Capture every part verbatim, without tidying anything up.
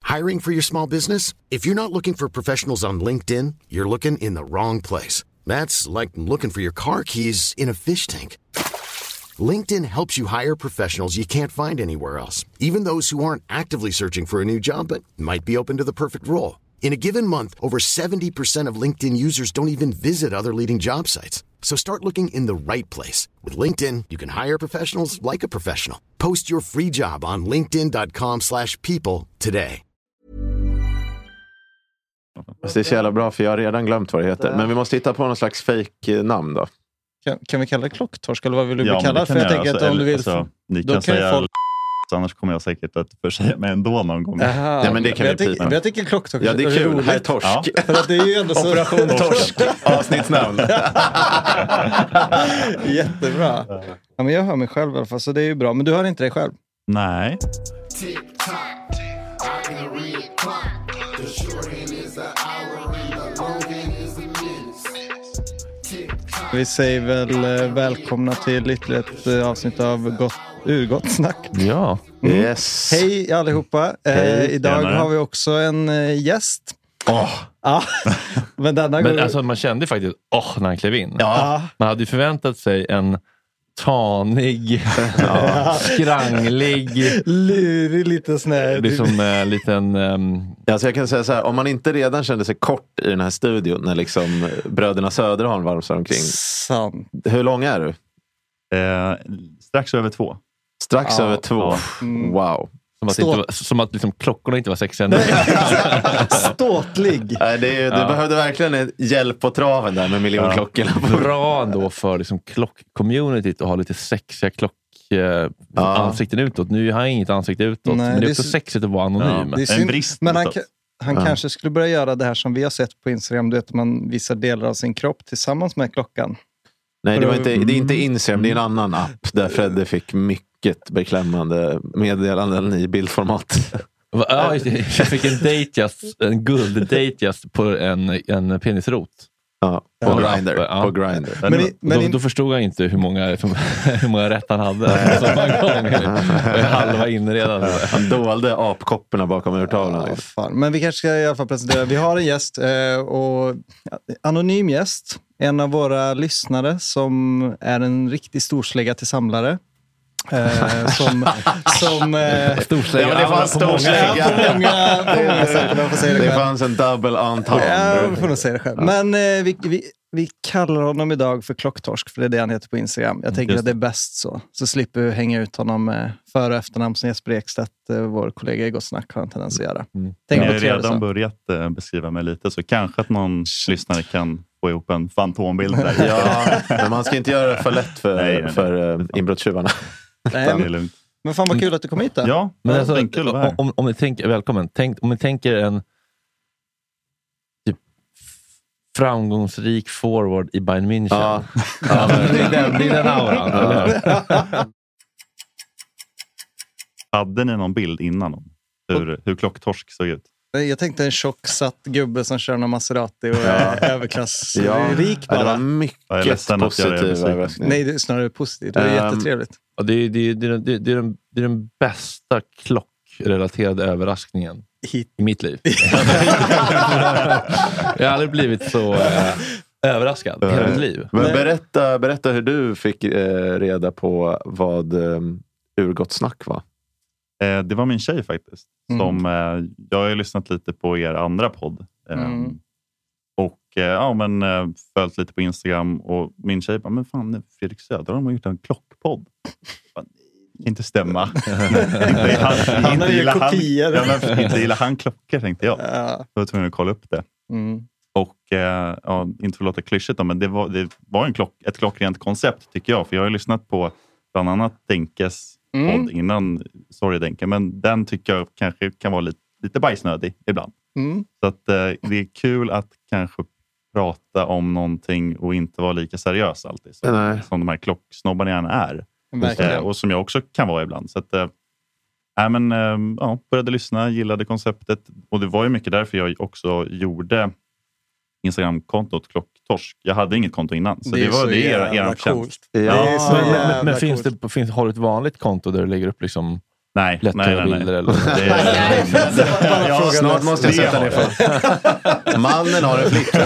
Hiring for your small business? If you're not looking for professionals on LinkedIn, you're looking in the wrong place. That's like looking for your car keys in a fish tank. LinkedIn helps you hire professionals you can't find anywhere else, even those who aren't actively searching for a new job but might be open to the perfect role. In a given month, over seventy percent of LinkedIn users don't even visit other leading job sites. So start looking in the right place. With LinkedIn, you can hire professionals like a professional. Post your free job on linkedin dot com slash people today. Det är så jävla bra för jag har redan glömt vad det heter. Men vi måste hitta på någon slags fake-namn då. Kan, kan vi kalla det klocktorsk eller vad vill du ja, kalla det? För jag tänker alltså, att om du vill... Alltså, ni kan säga... Folk... Annars kommer jag säkert att försäga mig ändå någon gång. Aha, ja, men det kan jag, vi tycker, men jag tycker klocktorsk ja, det är kul. Här är torsk. Ja. För att det är ju ändå så... Operation torsk. Avsnittsnamn. Jättebra. Ja, men jag hör mig själv i alla fall, så det är ju bra. Men du hör inte dig själv? Nej. Vi säger väl eh, välkomna till ytterligare ett eh, avsnitt av gott, urgott snack. Ja, mm. yes. Hej allihopa. Hej. Eh, idag Tjänare. har vi också en eh, gäst. Oh. Ja, men denna Men går... alltså man kände faktiskt, åh, när han klev in. Ja. Man hade ju förväntat sig en tanig, ja, skranglig, lurig lite snä. liksom en uh, liten... Um... Alltså jag kan säga så här, om man inte redan kände sig kort i den här studion när liksom bröderna Söderholm varmsar omkring. Sant. Hur lång är du? Eh, strax över två. Strax Ja. över två. Mm. Wow. Som att, inte, var- som att liksom, klockorna inte var sexiga. Ståtlig. Nej, det, är- det Ja. behövde verkligen en hjälp på traven där med miljonklockorna. Bra ändå för liksom, klock-communityt att ha lite sexiga klock eh, Ja. ansikten utåt. Nu har han inget ansikte utåt, Nej, men det det är är också så- sexigt att vara anonym. Ja. Det är En synd, brist men han, utåt. ka- han Ja. kanske skulle börja göra det här som vi har sett på Instagram. Du vet, man visar delar av sin kropp tillsammans med klockan. Nej, det, var inte, det är inte Instagram, det är en annan app där Fredde fick mycket beklämmande meddelanden i bildformat. Va- Ja, just det. Jag fick en datejazz, en guld-datejazz på en, en penisrot. Ja, på Ja. Grindr. Ja. På Grindr. Men, i, men då, in, då förstod jag inte hur många, hur många rätt han hade. Så många gånger. Jag är halva inne redan. Han dolde apkopporna bakom urtavlan. ja, fan. Men vi kanske ska i alla fall presentera. Vi har en gäst, eh, och ja, anonym gäst. En av våra lyssnare som är en riktig storslägga till samlare. Eh, som... som eh, Storslägga. Ja, men det fanns storslägga. ja, på många, på många sätt. Man får säga det Det själv. fanns en double entendre. Ja, vi får nog säga det själv. Men eh, vi, vi, vi kallar honom idag för klocktorsk, för det är det han heter på Instagram. Jag tänker Just att det är bäst så. Så slipper vi hänga ut honom med före och efternamn som Jesper Ekstedt, eh, vår kollega i Gott Snack, har en tendens att göra. Mm. Tänk Ni på har trevligt redan så. börjat eh, beskriva mig lite, så kanske att någon lyssnare kan få ihop en fantombild där. Ja, men man ska inte göra det för lätt för, Nej, nej. för uh, inbrottstjuvarna. Nej, Det är men, lugnt. men fan vad kul att du kom hit då. Ja, Men alltså, det är kul att vara här. om, om ni tänker, välkommen. Tänk, om ni tänker en typ, framgångsrik forward i Bayern München. Ja. Ja, men det, är den, det är den auran. eller hur? Hade ni någon bild innan om hur, hur klocktorsk såg ut? Jag tänkte en tjock satt gubbe som kör någon Maserati och är överklass. Ja. Rik Ja, det bara. var mycket Jag är ledsen att jag är positiva besviken. överraskningar. Nej, det är snarare positivt. Det är Ehm, jättetrevligt. Och det, är, det, är, det, är, det, är, det, är den, det är den bästa klockrelaterade överraskningen Hit. i mitt liv. Jag har aldrig blivit så eh, överraskad i hela mitt liv. Men Nej. berätta, berätta hur du fick eh, reda på vad eh, urgott snack var. Eh, det var min tjej faktiskt. Mm. Som, eh, jag har ju lyssnat lite på er andra podd. Eh, Mm. Och eh, ja, men eh, följt lite på Instagram. Och min tjej bara, men fan, Fredrik Söderholm har gjort en klockpodd. Bara, nej, inte stämma. inte, han, Han inte har ju gillar han, kopior. ja, men, inte gillar han klockor, tänkte jag. Ja. Jag var tvungen att kolla upp det. Mm. Och eh, ja, inte för att låta klyschigt då, men det var, det var en klock, ett klockrent koncept tycker jag. För jag har ju lyssnat på bland annat Denkes Mm. podd innan, sorry Denke, men den tycker jag kanske kan vara lite, lite bajsnödig ibland. Mm. Så att eh, det är kul att kanske prata om någonting och inte vara lika seriös alltid. Så, Nej. som de här klocksnobbarna gärna är. Verkligen. Eh, och som jag också kan vara ibland. Så att, eh, äh, men, eh, ja, började lyssna, gillade konceptet. Och det var ju mycket därför jag också gjorde Instagram-kontot Klocktorsk. Jag hade inget konto innan. Så det, är var så det er, jävla er coolt. tjänst. Det är Ja, så Men, men, jävla men finns coolt. det, finns, har du ett vanligt konto där du lägger upp liksom Nej, nej, lättare nej, nej. bilder? Eller? Det är- Bara Ja, fråga Snart måste jag sätta ner för. Mannen har en flick.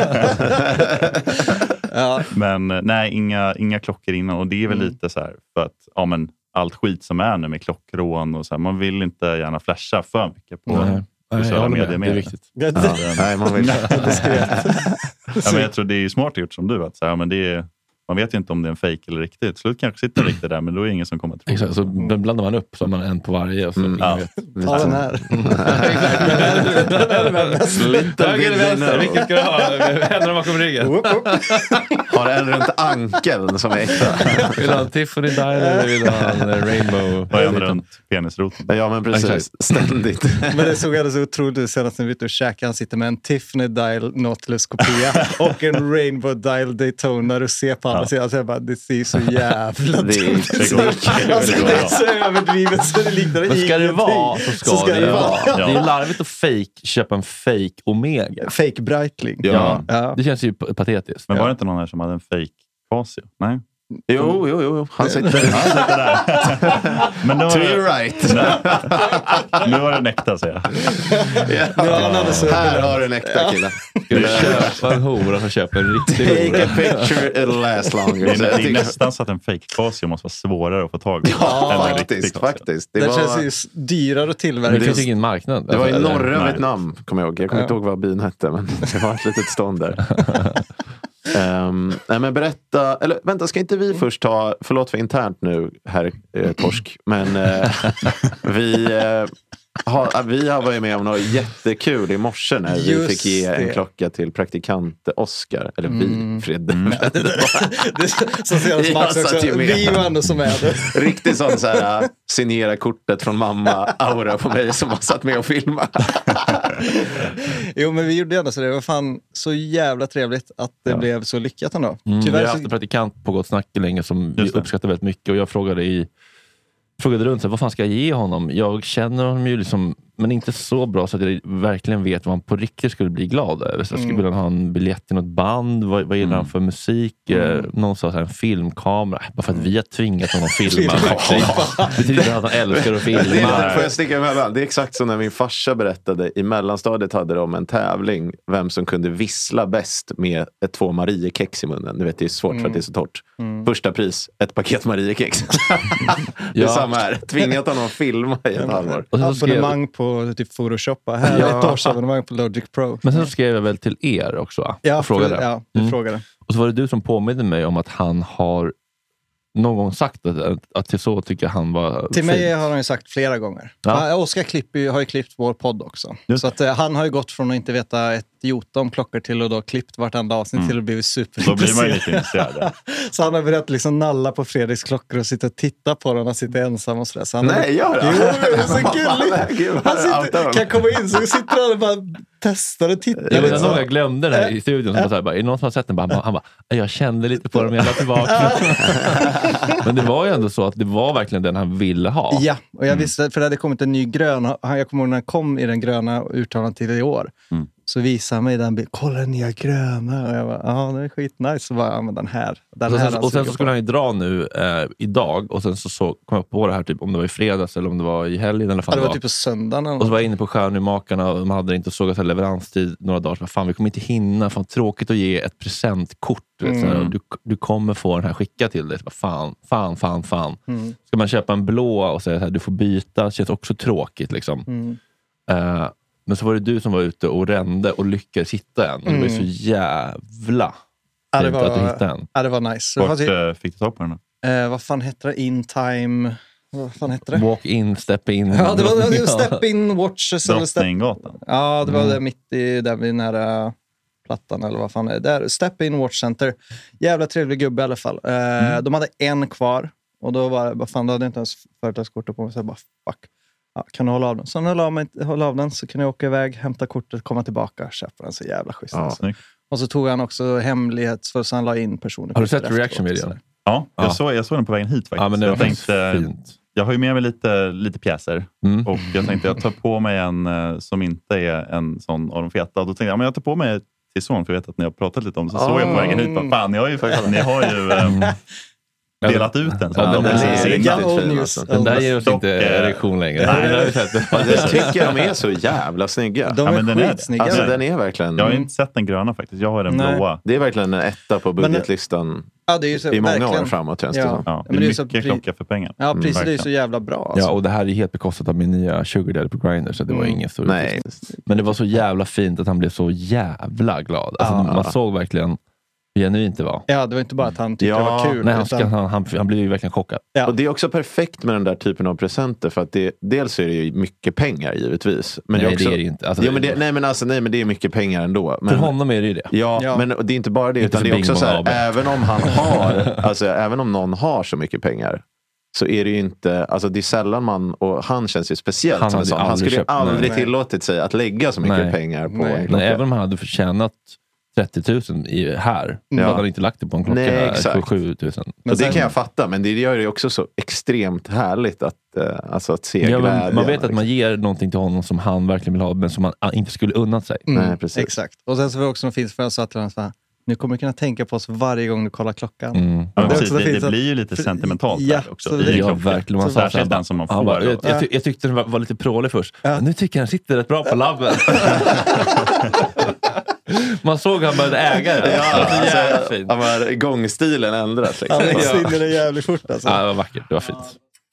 Ja. Men nej, inga, inga klockor innan. Och det är väl mm. lite så här för att ja, men, allt skit som är nu med klockrån och så här, man vill inte gärna flasha för mycket på nej. sociala medier. Det är viktigt. Ja. Nej, man vill ja, men jag tror det är smart gjort som du. Att så här, men det är, man vet ju inte om det är en fake eller riktigt. Slut kanske sitter riktigt där, men då är det ingen som kommer att tro. Exakt, så blandar man upp så har man en på varje. Och så mm. ja. vet. Ta den här. Höger eller vänster, vilket ska du ha? Händerna bakom ryggen. Har en runt ankeln som är äkta. Vill du ha en Tiffany Dial eller vill du ha en Rainbow? Vad är en runt penisroten? Ja, men precis. Ständigt. Men det såg jag så otroligt ut senast när vi ute och käkade. Han sitter med en Tiffany Dial Nautilus kopia och en Rainbow Dial Daytona Rosé på andra sidan. Alltså jag bara, det ser så jävla det är, det går. Alltså det är så överdrivet så det liknar men ska det vara så ska, så ska det, det vara. Ja. Ja. Det är larvigt att fake, köpa en fake Omega. Fake Breitling. Ja. Ja. Det känns ju patetiskt. Men var ja. det inte någon här som hade en fake Casio? Nej. Jo, jo, jo. Han sitter, han sitter där. Men då to your right. Nu var det en äkta, säger jag. Ja. Ja. Här har du en äkta kille. Ska du köpa en hora så köper en riktig hora. Take a picture, it'll last longer. Det är, det är nästan så att en fake Casio måste vara svårare att få tag på. Ja, faktiskt. faktiskt. Det, det var... känns ju dyrare att tillverka. Det finns ingen marknad. Det var i norra Vietnam, kommer jag ihåg. Jag kommer ja. inte ihåg vad byn hette, men det var ett litet stånd där. Um, nej men berätta, eller vänta, ska inte vi först ta, förlåt för internt nu här eh, Torsk, men eh, vi eh, har, vi har varit med om något jättekul i morse när vi Just fick ge en det. klocka till praktikant Oscar, eller mm. vi, Fred. Mm. det, det, det, så ser jag Max också, vi och ändå som är det. Riktigt sån så här, signera kortet från mamma, aura på mig som har satt med och filma. Jo, men vi gjorde ändå så det var fan så jävla trevligt att det ja. blev så lyckat ändå. Mm, Tyvärr vi har haft en praktikant på Gott Snack länge som vi uppskattar väldigt mycket och jag frågade i frågade runt sig, vad fan ska jag ge honom? Jag känner honom ju liksom, men inte så bra så att jag verkligen vet vad han på riktigt skulle bli glad över. Så jag skulle mm. vilja ha en biljett till något band, vad, vad gillar mm. han för musik? Mm. Någon sa så här, en filmkamera. Bara för att vi har tvingat honom att filma. Det betyder att han älskar att filma. Det är, får jag sticka emellan? Det är exakt som när min farsa berättade, i mellanstadiet hade de en tävling, vem som kunde vissla bäst med ett två Mariekex i munnen. Du vet, det är svårt mm. för att det är så torrt. Mm. Första pris, ett paket Mariekex. Det är ja. samma här. Tvingat honom att filma i ett halvår. Abonnemang på typ Photoshoppa. Här ja. ett års abonnemang på Logic Pro. Men sen skrev jag väl till er också. Ja, frågade. Ja, du mm. frågade. Och så var det du som påminner mig om att han har någon gång sagt att, att till så tycker han var till fin. mig har han ju sagt flera gånger. Ja. Oskar Klipp har ju klippt vår podd också. Just. Så att uh, han har ju gått från att inte veta ett jota om klockor till att då klippt vartannat avsnitt mm. till att bli superintresserad. Då blir man ju lite intresserad. Så han har börjat liksom nalla på Fredriks klockor och sitta och titta på den och sitta ensam och sådär. Så han Nej, gör det! Jo, det är så gulligt! Han sitter, kan komma in så sitter han och bara testar och tittar. Jag vet att jag glömde det här i studion. Som bara, bara, är det någon som har sett den? Bara, han bara, jag kände lite på dem, jag la tillbaka. Men det var ju ändå så att det var verkligen den han ville ha. Ja, och jag visste, för det hade kommit en ny grön. Jag kommer ihåg när han kom i den gröna uttalan till i år. Mm. Så visade han mig den bilden. Kolla den nya gröna. Och jag bara, ja, det är skitnice. Så bara, ja, men den här. Den och här sen, och sen så skulle han ju dra nu eh, idag. Och sen så, så kom jag på det här typ om det var i fredags eller om det var i helgen. Eller ja, det var, var typ på söndagen. Och så var jag inne på Stjärnumakarna och de hade inte sågat här leveranstid några dagar. Så fan, vi kommer inte hinna. Fan, tråkigt att ge ett presentkort. Mm. Så här, du, du kommer få den här skicka till dig. Så bara, fan, fan, fan, fan. Mm. Ska man köpa en blå och säga så här, du får byta. Det känns också tråkigt liksom. Mm. Uh, Men så var det du som var ute och rände och lyckades hitta en. Mm. Det var så jävla ja, det var, att du hittade en. Ja, det var nice. Vart äh, fick du tag på den då? Eh, vad fan heter det? In time... Vad fan heter det? Walk in, step in. Ja, det var, det var step in watches. Drottninggatan. Ja, det var mm. det mitt i där vid nära plattan eller vad fan är det? Där, Step in watch center. Jävla trevlig gubbe i alla fall. Eh, mm. De hade en kvar. Och då var vad fan, då hade jag inte ens företagskortet på mig. Så jag bara, fuck. Ja, kan du hålla av den? Så när jag håller av, mig, håller av den så kan jag åka iväg, hämta kortet, komma tillbaka, köpa den. Så jävla schysst. Ja, alltså. Och så tog han också hemlighetsför så han la in personer. Har du sett reaction-videon? Ja, jag, ja. Såg, jag såg den på vägen hit faktiskt. Ja, men det var jag tänkte, fint. Jag har ju med mig lite, lite pjäser. Mm. Och jag tänkte jag tar på mig en uh, som inte är en sån av de feta. Och då tänkte jag, men jag tar på mig till son för jag vet att ni har pratat lite om det. Så oh. såg jag på vägen hit. Bara, fan, ni har ju, ni har ju um, delat ut den. Så Ja, den, den är, är är riktigt old fin, news. alltså. den där ger oss Dock, inte eh, erektion längre. nej, Nej, det har vi sett. Jag tycker de är så jävla snygga. De Ja, är men den är det. skitsnygga. Alltså den är verkligen... Jag har inte sett den gröna faktiskt. Jag har den Nej. blåa. Det är verkligen en etta på budgetlistan ja, det är ju så, i många verkligen. år framåt, känns det Ja. som. Ja, det men är det är mycket så pri- klocka för pengar. Ja, priset är ju verkligen. så jävla bra. Alltså. Ja, och det här är helt bekostat av min nya sugar daddy på Grindr, så det var Mm. ingen stor Nej. utgift. Men det var så jävla fint att han blev så jävla glad. Alltså, Ja. man såg verkligen hur genuint det var. Ja, det var inte bara att han tyckte Ja, det var kul. Nej, han, utan, ska, han, han, han blev ju verkligen chockad. ja. Och det är också perfekt med den där typen av presenter för att det, dels är det ju mycket pengar givetvis. Men Nej, det är också, det är det ju inte. Alltså, ja, men det, nej, men alltså, nej, men det är mycket pengar ändå. Men, för honom är det ju det. Ja, Ja. men det är inte bara det, Inte utan för det är också Bing så här, Bong A B. även om han har, alltså även om någon har så mycket pengar, så är det ju inte, alltså det är sällan man, och han känns ju speciellt Han som en hade sån. Han aldrig skulle ju köpt- aldrig nej. tillåtit sig att lägga så mycket Nej. pengar på Nej. en klocka. Nej, även om han hade förtjänat trettio tusen i, här, Ja. så hade han inte lagt det på en klocka Nej, exakt. tjugosju tusen. Men och det sen- kan jag fatta, men det gör det också så extremt härligt att, eh, alltså att se Ja, glädjen. men man vet att liksom. man ger någonting till honom som han verkligen vill ha, men som han ah, inte skulle unnat sig. Mm, Nej, precis. Exakt. Och sen så var det också något fint för jag sa till honom så här, nu kommer du kunna tänka på oss varje gång du kollar klockan. Mm. Ja, Det är precis. också Det, fint det att- blir ju lite för- sentimentalt ja, där också. så i det- en Ja, klocka. verkligen. Man Så sa särskilt så här, den som man han får. bara, då. jag, jag, ty- jag tyckte den var, var lite prålig först. Ja. Nu tycker jag den sitter rätt bra på labben. Man såg han började äga den. Ja, Det var så jävla alltså, fint. ja, men gångstilen ändras liksom. Han Ja. svingar det jävligt fort alltså. Ja, det var vackert. Det var fint.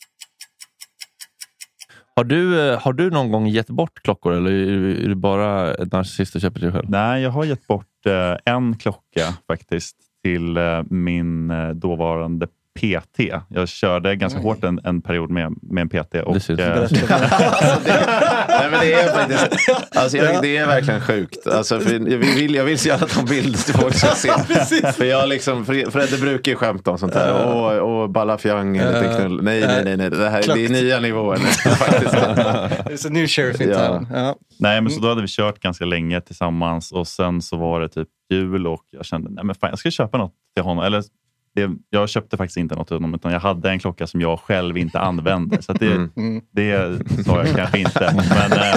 Har du, eh, har du någon gång gett bort klockor eller är du bara en narcissist och köper till dig själv? Nej, jag har gett bort eh, en klocka faktiskt till eh, min eh, dåvarande P T. Jag körde ganska Oj. hårt en, en period med, med en P T. Och, Det syns. eh, Alltså, det, nej, men det är faktiskt, alltså, jag, det är verkligen sjukt. Alltså, för jag, vill, jag vill se alla de bilder till folk ska se. För jag liksom, för, för det brukar ju skämta om sånt här. Och, och ballafjang, en liten knull. Nej, nej, nej, nej. Det, här, det är nya nivåer nu, faktiskt. It's a new sheriff in Ja. town. Ja. Nej, men så då hade vi kört ganska länge tillsammans och sen så var det typ jul och jag kände, nej men fan, jag ska köpa något till honom. Eller det, jag köpte faktiskt inte något till honom utan jag hade en klocka som jag själv inte använde. Så att det, Mm. det sa jag kanske inte. Men äh,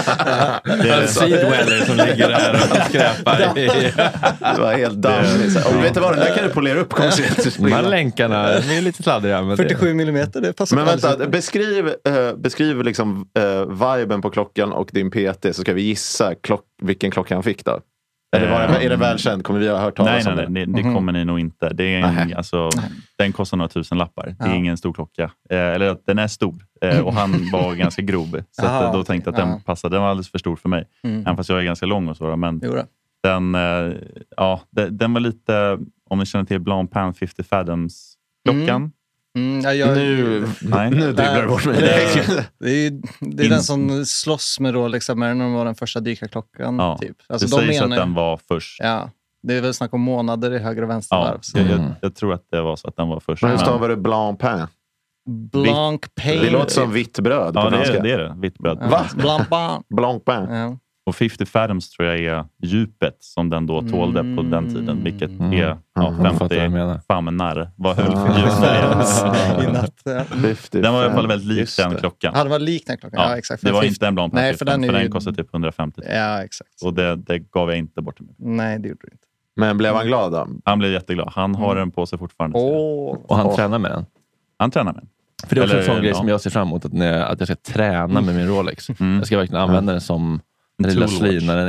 En Seedweller som ligger där och skräpar. i- Det var helt dammigt. Och vet du vad, den där kan du polera upp. Kommer se ut De här länkarna de är lite sladdriga. Men det- fyrtiosju millimeter, det passar Men alldeles vänta, utmärkt. beskriv, eh, beskriv liksom eh, viben på klockan och din P T, så ska vi gissa klock, vilken klocka han fick då. Eller var det, är det välkänd? Kommer vi ha hört talas Nej, om nej, det? nej, det, det Mhm. kommer ni nog inte. Det är en, Nähä. alltså, den kostar några tusen lappar. Det är Ja. ingen stor klocka. Eh, eller att den är stor. Eh, och han var ganska grov. Så att, Aha, eh, då tänkte jag att den ja. passade. Den var alldeles för stor för mig. Mm. Även fast jag är ganska lång och så. Men Jo då. den, eh, ja, den, den var lite, om ni känner till Blancpain femtio Fathoms klockan. Mm, ja, jag, Nu, Nej. nu dribblar du bort mig. Det det är, ju- det är In- den som slåss med Rolex American när de var den första dykarklockan. Ja, Typ. Det Alltså, de sägs menar, att den var först. ja, det är väl snack om månader i höger och vänster Ja, varv. Så. jag, jag, Mm. jag tror att det var så att den var först. Men hur Men- stavar du Blancpain? Blanc Pale. Det låter som vitt bröd på Ja, det franska. är det. Är det. Vitt bröd. Ja. Va? Blanc Blanc. Blancpain. Ja. Och femtio Fathoms tror jag är djupet som den då tålde på den tiden. Vilket Mm. är ja, Mm, jag fattar vad jag femtio menar. fan när. Vad höll Ah. för djup det är. I natt. Ja. femtio, Den var i alla fall väldigt lik just den det. klockan. Ja, det var lik den klockan. Ja, exakt. det var För inte en Blancpain Nej, femtio, för för den den, är ju- kostade typ hundrafemtio. Ja, exakt. Och det, det gav jag inte bort till mig. Nej, det gjorde du inte. Men blev han glad då? Han blev jätteglad. Han har den på sig fortfarande. Åh. Och han Åh. tränar med den. Han tränar med den. För det är också Eller, en sån grej ja. som jag ser fram emot. Att, när jag, att jag ska träna med min Rolex. Mm. Jag ska verkligen använda den som den lilla toolwatch. slinaren.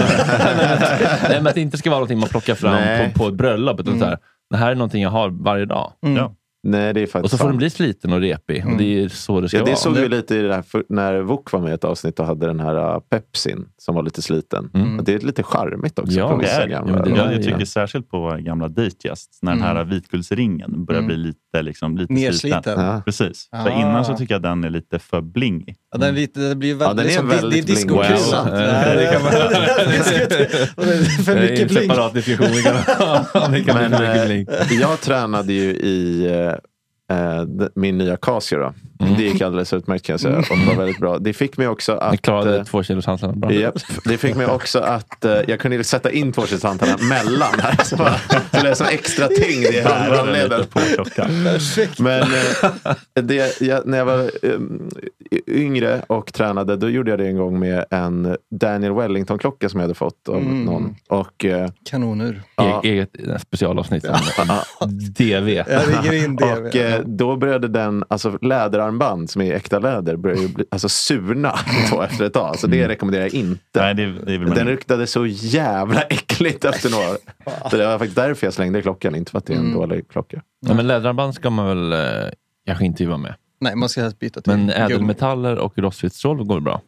Nej, men att det inte ska vara någonting man plockar fram Nej. på, på ett bröllop. Utan Mm. så här, det här är någonting jag har varje dag. Mm. Ja. Nej, det är faktiskt Och så får sant. den bli sliten och repig. Och det är så det ska Ja, det vara. såg vi lite i det här för, när Wok var med i ett avsnitt och hade den här uh, Pepsin som var lite sliten. Mm. Och det är lite charmigt också Ja, på det vissa är det. gamla. Ja, men det Jag, där jag är- tycker särskilt på gamla Datejust när den här Mm. vitguldsringen börjar Mm. bli lite, liksom, lite Mer sliten. sliten. Ja. Precis. För Ah. innan så tycker jag den är lite för blingig. Ja, den är lite, det blir Ja, den väldigt, är som, det, det är väldigt disco-kryddat. bling. Wow. Nej, Det kan man- Och det är för Det är mycket en bling. separat diskussion. Vi kan ha. Det kan bli Men för mycket eh, bling. jag tränade ju i eh, eh, d- min nya Casio då. Mm. Det gick alldeles utmärkt kan jag säga och var väldigt bra. Det fick mig också Ni att... klarade eh, två kilos handlarna bra. Japp, det fick mig också att eh, jag kunde sätta in tvåkiloshantarna mellan här. Så, bara, så det är som extra tyngd i handleden. på klockan. Perfekt. Men eh, det, jag, när jag var eh, yngre och tränade, då gjorde jag det en gång med en Daniel Wellington-klocka som jag hade fått av mm. någon. Och, eh, Kanoner. Ja. E- eget specialavsnitt. Ja. D V. Jag ligger in D V. Och eh, då började den, alltså läderarmband som är äkta läder, började bli, alltså surna då efter ett tag. Så det rekommenderar jag inte. Nej, det, det är den ryktade så jävla äckligt efter några år. Så det var faktiskt därför jag slängde klockan, inte för att det är en mm. dålig klocka. Ja, men läderarmband ska man väl eh, kanske inte vara med. Nej, man ska helst byta till. Men ädelmetaller och rostfritt går bra.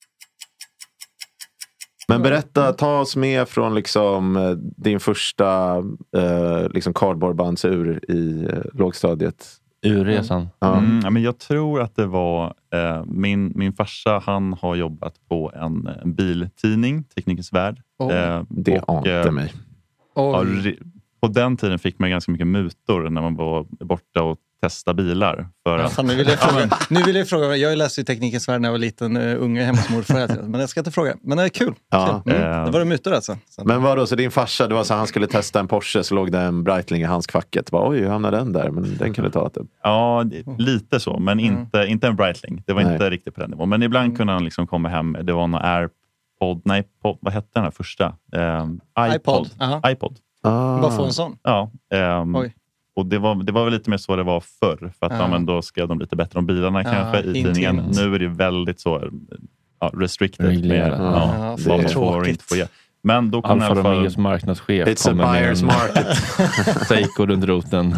Men berätta, ta oss med från liksom din första eh, liksom cardboardbandsur i eh, lågstadiet. Urresan. Mm. Ja. Mm, ja, men jag tror att det var eh, min, min farsa, han har jobbat på en, en biltidning, Teknikens Värld. Oh. Eh, det ante eh, mig. Ja, på den tiden fick man ganska mycket mutor när man var borta och testa bilar. För ja, att... fan, nu, vill jag fråga, nu vill jag fråga, jag läste ju Teknikens Värld när jag var liten, uh, unge hemma hos morfar, men jag ska inte fråga. Men det är kul. Ja. kul. Mm. Det var det mutor alltså. Sen. Men vadå, så din farsa, det var så han skulle testa en Porsche, så låg det en Breitling i handskfacket. Bara, oj, hur hamnade den där? Men den kunde ta typ. Ja, lite så, men mm. inte, inte en Breitling. Det var nej. Inte riktigt på den nivån. Men ibland mm. kunde han liksom komma hem, det var någon AirPod, nej, pod, vad hette den här första? Um, iPod. iPod. iPod. Ah. Bara få en sån? Ja. Um, oj. Och det var, det var väl lite mer så det var förr. För att ja. Ja, då skrev de lite bättre om bilarna ja, kanske i tidningen. Inte. Nu är det väldigt så ja, restricted. Med, ja, ja, vad man får och inte får göra. Men då kommer Alfa Romeos marknadschef It's a buyer's market. Seiko runt roten.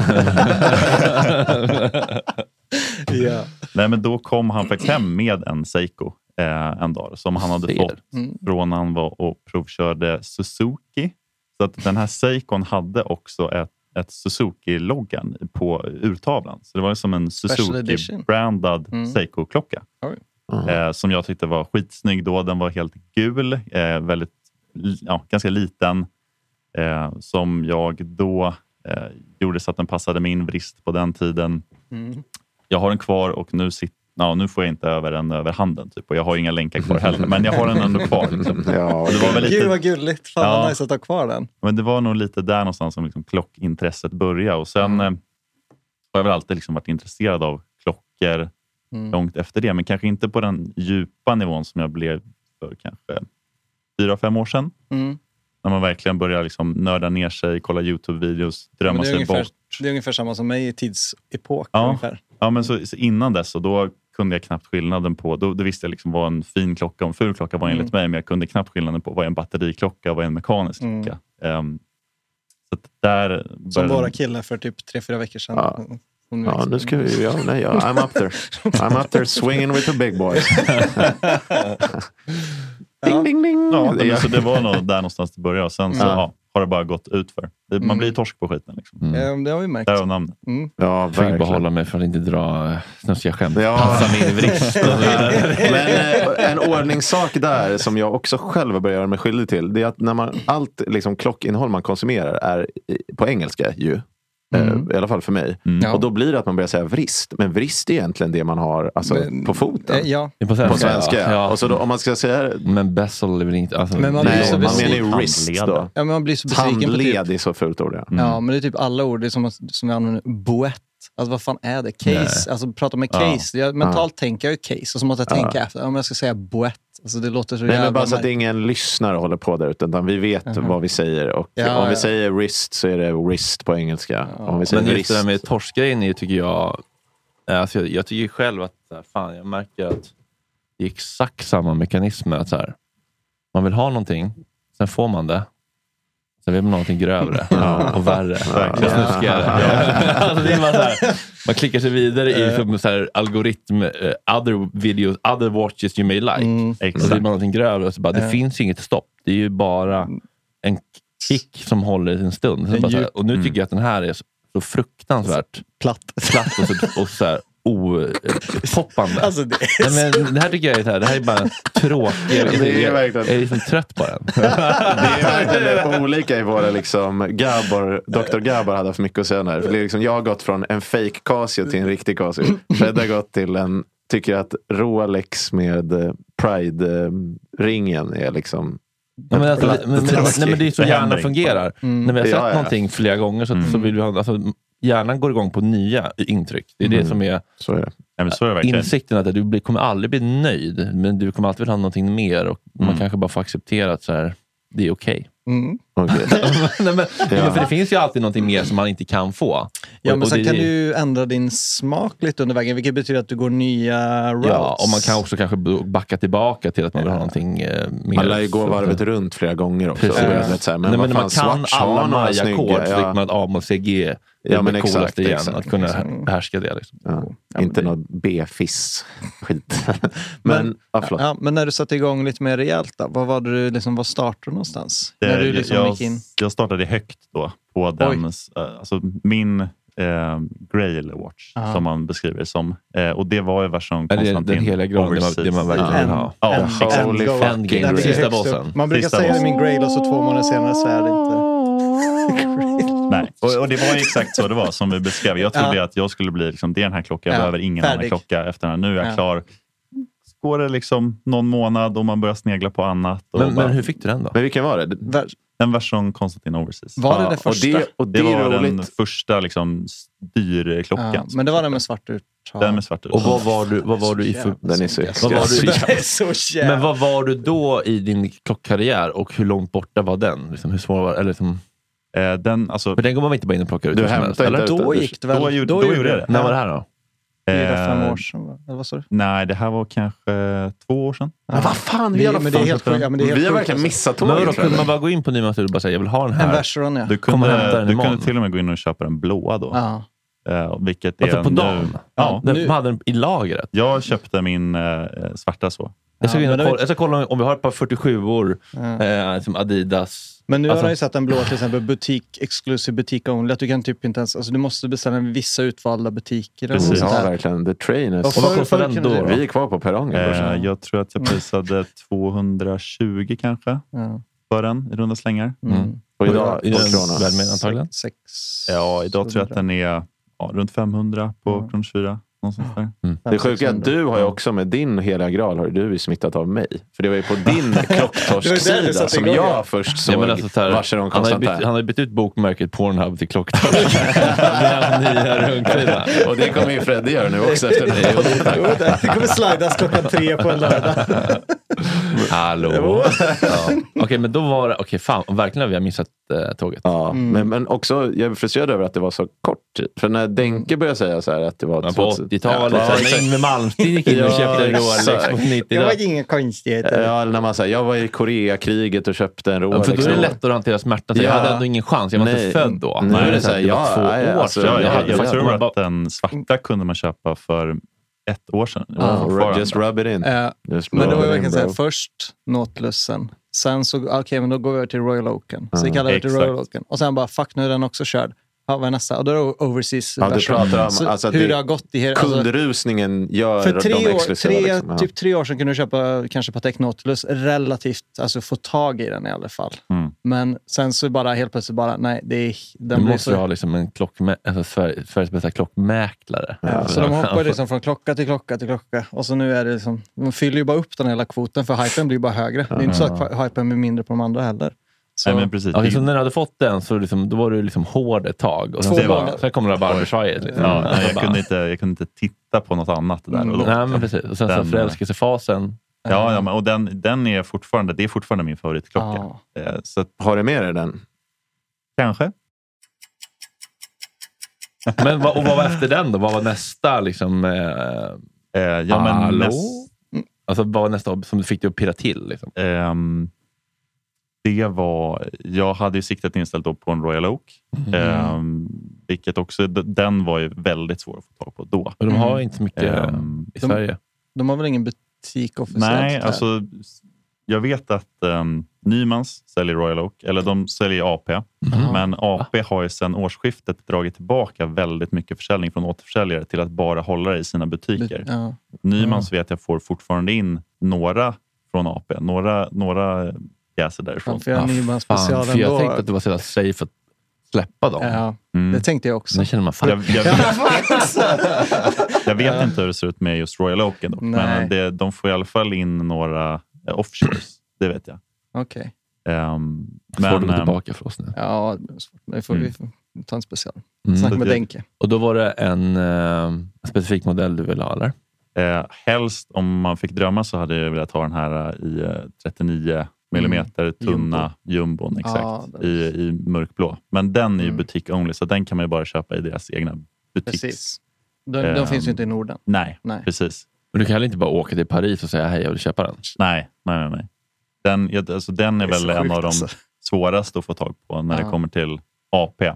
ja. Nej, men då kom han faktiskt hem med en Seiko eh, en dag. Som han hade fått mm. från när han var och provkörde Suzuki. Så att den här Seikon hade också ett ett Suzuki-loggan på urtavlan. Så det var som en Suzuki-brandad mm. Seiko-klocka. Mm. Eh, som jag tyckte var skitsnygg då. Den var helt gul. Eh, väldigt, ja, ganska liten. Eh, som jag då eh, gjorde så att den passade min vrist på den tiden. Mm. Jag har den kvar och nu sitter Ja, nu får jag inte över den över handen typ. Och jag har inga länkar kvar heller. Men jag har den ändå kvar. Liksom. Ja, det var väl lite... Gud vad gulligt. Fan ja. Vad nice att ha kvar den. Men det var nog lite där någonstans som liksom klockintresset började. Och sen mm. eh, har jag väl alltid liksom varit intresserad av klockor mm. långt efter det. Men kanske inte på den djupa nivån som jag blev för kanske fyra, fem år sedan. Mm. När man verkligen börjar liksom nörda ner sig, kolla YouTube-videos, drömma sig ungefär, bort. Det är ungefär samma som mig i tidsepok. Ja, ungefär. ja men så, så innan dess och då kunde jag knappt skillnaden på, då, då visste jag liksom vad en fin klocka och en ful klocka var enligt mm. mig, men jag kunde knappt skillnaden på vad en batteriklocka och vad en mekanisk mm. klocka. Um, så att där började... Som våra killar för typ tre, fyra veckor sedan. Ja, ja nu ska vi ja, nej, ja, I'm up there. I'm up there swinging with the big boys. Ding, ding, ding. Ja, det, så det var nog där någonstans det började och sen så ja, har det bara gått ut för. Det, man mm. blir torsk på skiten. Liksom. Mm. Det har vi märkt. Där har namnet. Mm. Ja, jag fick behålla mig för att inte dra snuskiga skämt. Ja. Passa min vrist. Men eh, en ordningssak där som jag också själv börjar göra mig skyldig till, det är att när man, allt liksom, klockinnehåll man konsumerar är på engelska ju. Mm. I alla fall för mig. Mm. Och då blir det att man börjar säga vrist. Men vrist är egentligen det man har alltså, men, på foten. Äh, ja. På svenska. På svenska. Ja. Ja. Och så då, om man ska säga... Men bezel är väl inte... Alltså, men man, nej, blir så man menar ju wrist då. Ja, men man blir så besviken Tandled på typ... är så fult ord. Ja. Mm. ja, men det är typ alla ord. Det är som, som vi använder. Boett. Alltså vad fan är det? Case. Nej. Alltså prata med case. Ja. Jag, mentalt ja. tänker jag ju case. Och så måste jag tänka ja. efter. Om jag ska säga boett. Alltså det låter så nej, jävla... Men bara så att ingen lyssnare håller på där. Utan vi vet uh-huh. vad vi säger. Och ja, om vi ja. säger wrist så är det wrist på engelska. Ja. Om vi säger men just wrist... det där med torskgrejen är, tycker jag... Alltså jag, jag tycker själv att... Fan, jag märker att det är exakt samma mekanismer. Att så här, man vill ha någonting. Sen får man det. Sen vill man någonting grövre ja. och värre. Ja. Och snuskigare. Ja. Alltså det är bara så här, man klickar sig vidare i så här, algoritm, uh, other videos, other watches you may like. Mm. Och så vill man någonting grövre. Och så bara, det mm. finns inget stopp. Det är ju bara en kick som håller i en stund. Så bara så här, och nu tycker mm. jag att den här är så, så fruktansvärt platt, platt och så, och så här opoppande. Alltså det, Nej, men det här tycker jag är så här, det här är bara tråkigt. Jag, det är verkligen... jag är liksom trött på den. Det är verkligen olika i våra liksom Gabor, doktor Gabor hade för mycket att säga här. För det är liksom, jag har gått från en fake Casio till en riktig Casio. Fred har gått till en, tycker att Rolex med Pride-ringen är liksom Ja, men, alltså, men, men, nej, men det är så hjärnan fungerar. Mm. När vi har sett ja, ja. någonting flera gånger så, mm. så vill vi ha, alltså, hjärnan går igång på nya intryck. Det är mm. det som är, så är det. Ja, men så är det verkligen. Insikten att du blir, kommer aldrig bli nöjd, men du kommer alltid vilja ha någonting mer och mm. man kanske bara får acceptera att så här, det är okej. Okay. Mm. Okay. Nej, men, ja. För det finns ju alltid någonting mer som man inte kan få. Ja, och, men sen det, kan du ju ändra din smak lite under vägen, vilket betyder att du går nya routes. Ja, och man kan också kanske backa tillbaka till att man vill ha någonting eh, mer. Man lär ju gå varvet runt flera gånger också. Precis. Ja. Så här, men Nej, men fan, man kan alla Maya-kod så fick man ett A-mål C G. Ja, men exakt, igen, exakt. Att kunna behärska det. Liksom. Ja. Ja, inte det... något B-fiss skit. men, men, ja, ja, men när du satte igång lite mer rejält då, vad var du liksom, vad startade du någonstans? Det, när du liksom jag, gick in? jag startade högt då på den, alltså min eh, Grail Watch Aha. som man beskriver som. Eh, och det var ju version Konstantin. Den heliga graden, det man, det man verkligen vill ha. Ja, Endgame, sista bossen. Man brukar sista säga bossen. min Grail och så två månader senare så är det inte... Nej, och, och det var exakt så det var som vi beskrev. Jag trodde ja. att jag skulle bli liksom, det är den här klockan, jag ja. behöver ingen Färdig. annan klocka efter den här. Nu är jag ja. klar. Går det liksom någon månad och man börjar snegla på annat. Och men, bara, men hur fick du den då? Men vilken var det? Ver- en version Konstantin Overseas. Var det ja, det första? Och det, och det, det var roligt. den första liksom dyrklockan. Ja, men det var den med svart ut. Den med svart ut. Och vad var du, vad var du i för... Den är så, vad var du, är så men vad var du då i din klockkarriär och hur långt borta var den? Liksom, hur svår var eller liksom... eh, den, alltså... För den går man inte bara in och plockar ut. Du hämtade eller? Då gick det väl? Då, då, då gjorde jag det. När var det här då? Fyra, fem år sedan, eller vad sa du? Nej, det här var kanske två år sedan. Men vad fan, vi, vi, har, men det är helt sjukt, ja, men det är helt vi har sjukt, verkligen alltså. missat tåget. Men då kunde man bara gå in på Nyman och bara säga, jag vill ha den här. En Vacheron, ja. Du kunde, du kunde till och med gå in och köpa den blåa då. Ja. Uh, vilket alltså är på nu, dagen? Ja, den, nu. hade den i lagret? Jag köpte min uh, svarta så. Jag ska, ja, kolla, det... jag ska kolla om vi har ett par fyrtiosjuor ja. eh, som Adidas. Men nu alltså... har jag ju sett en blå till exempel butik, exclusive butik only. Att du kan typ inte ens, alltså du måste beställa en vissa utvalda butiker. Precis, ja verkligen. The trainers. Och vad kostar den då? Vi är kvar på perrongen. Eh, jag tror att jag prisade tvåhundratjugo kanske ja. för den i runda slängar. Mm. Mm. Och idag är den väl med antagligen? Sex, ja, idag tror jag att den är ja, runt femhundra på mm. Kronor fyra. Där. Mm. Det sjuka är att du har ju också med din heliga graal har du ju smittat av mig. För det var ju på din klocktorsk-sida som jag ja. först såg ja, alltså, Vacheron Konstantin. Han har ju bytt ut bokmärket Pornhub till klocktorsk. nya runksida. Och det kommer ju Fredde göra nu också efter det. Det kommer slidas klockan tre på en lördag. Hallå. Ja. Okej, okay, men då var det... Okej, okay, fan. Verkligen har vi missat äh, tåget. Ja, mm. men, men också jag är frustrerad över att det var så kort. För när Denke började säga så här att det var... Ja, på åttiotalet. Ja, när Yngve Malmsteen gick in och köpte en Rolex på nittio. Det var ingen konstigheter. Ja, när man säger jag var i Koreakriget och köpte en Rolex. Ja, för då är det lättare att hantera smärtan. Ja. Jag hade ändå ingen chans. Jag var nej, inte född då. Nej, nu är det så här, ja, två ja, år alltså, sedan. Jag, jag, jag, jag tror att bara... den svarta kunde man köpa för ett år sedan. Oh, just rub it in. Uh, just men det var jag kan säga först Nautilusen. Sen så, okej, okay, men då går vi över till Royal Oaken. Så vi kallar det till Royal Oaken. Och sen bara, fuck, nu är den också körd. Ja, vad är nästa? Och då är det Overseas. Ja, du pratar om så alltså, hur det, det har gått i hela... kundrusningen gör för tre de år, tre, liksom. typ tre år sedan kunde du köpa kanske Patek Nautilus relativt, alltså få tag i den i alla fall. Mm. Men sen så bara helt plötsligt bara, nej, det är... Den du måste så... ha liksom en klockmä- alltså Sveriges bästa klockmäklare. Ja, ja. Så de hoppar liksom från klocka till klocka till klocka. Och så nu är det liksom, de fyller ju bara upp den hela kvoten för hypen blir bara högre. Ja. Det är inte så att hypen blir mindre på de andra heller. Så, nej, men precis. Okay, så när du hade fått den så liksom, då var du liksom hård ett tag. Och sen, så bara, sen kommer det bara Versailles. Liksom. Ja, nej, jag, kunde inte, jag kunde inte titta på något annat där. Mm. Och nej, men precis. Och sen den, så förälskelsefasen. Ja, ja, och den, den är fortfarande, det är fortfarande min favoritklocka. Ah. Så att, har du med dig den? Kanske. Men vad, och vad var efter den då? Vad var nästa liksom? Eh, eh, ja, men näst, alltså vad var nästa som du fick dig att pirra till? Liksom? Um, det var, jag hade ju siktat inställt då på en Royal Oak. Mm. Um, vilket också, den var ju väldigt svår att få tag på då. Och de har inte så mycket um, i de, Sverige. De har väl ingen butik officiellt? Nej, här? alltså jag vet att um, Nymans säljer Royal Oak, eller de säljer A P. Mm. Men A P har ju sedan årsskiftet dragit tillbaka väldigt mycket försäljning från återförsäljare till att bara hålla det i sina butiker. Ja. Nymans vet jag får fortfarande in några från A P. Några, några pjäser därifrån. För jag, ja, Nymans special för jag tänkte att det var så safe att släppa dem. Ja, mm. det tänkte jag också. Nu känner man fan. Jag, jag vet, jag vet ja. inte hur det ser ut med just Royal Oaken dock. Men det, de får i alla fall in några eh, offshores. Det vet jag. Okej. Okay. Um, men, får du gå tillbaka för oss nu? Ja, det får mm. vi ta en special. Mm. Snacka med Denke. Och då var det en uh, specifik modell du ville ha, eller? Eh, helst, om man fick drömma, så hade jag velat ha den här i uh, trettionio millimeter mm. tunna jumbon, exakt, ah, i, i mörkblå. Men den är ju mm. butik only, så den kan man ju bara köpa i deras egna butiks. Precis. De, de um, finns ju inte i Norden. Nej, nej, precis. Men du kan heller inte bara åka till Paris och säga hej, jag vill köpa den? Nej, nej, nej. nej. Den, alltså, den är, är väl en sjukt, av de alltså. svåraste att få tag på när ah. det kommer till A P.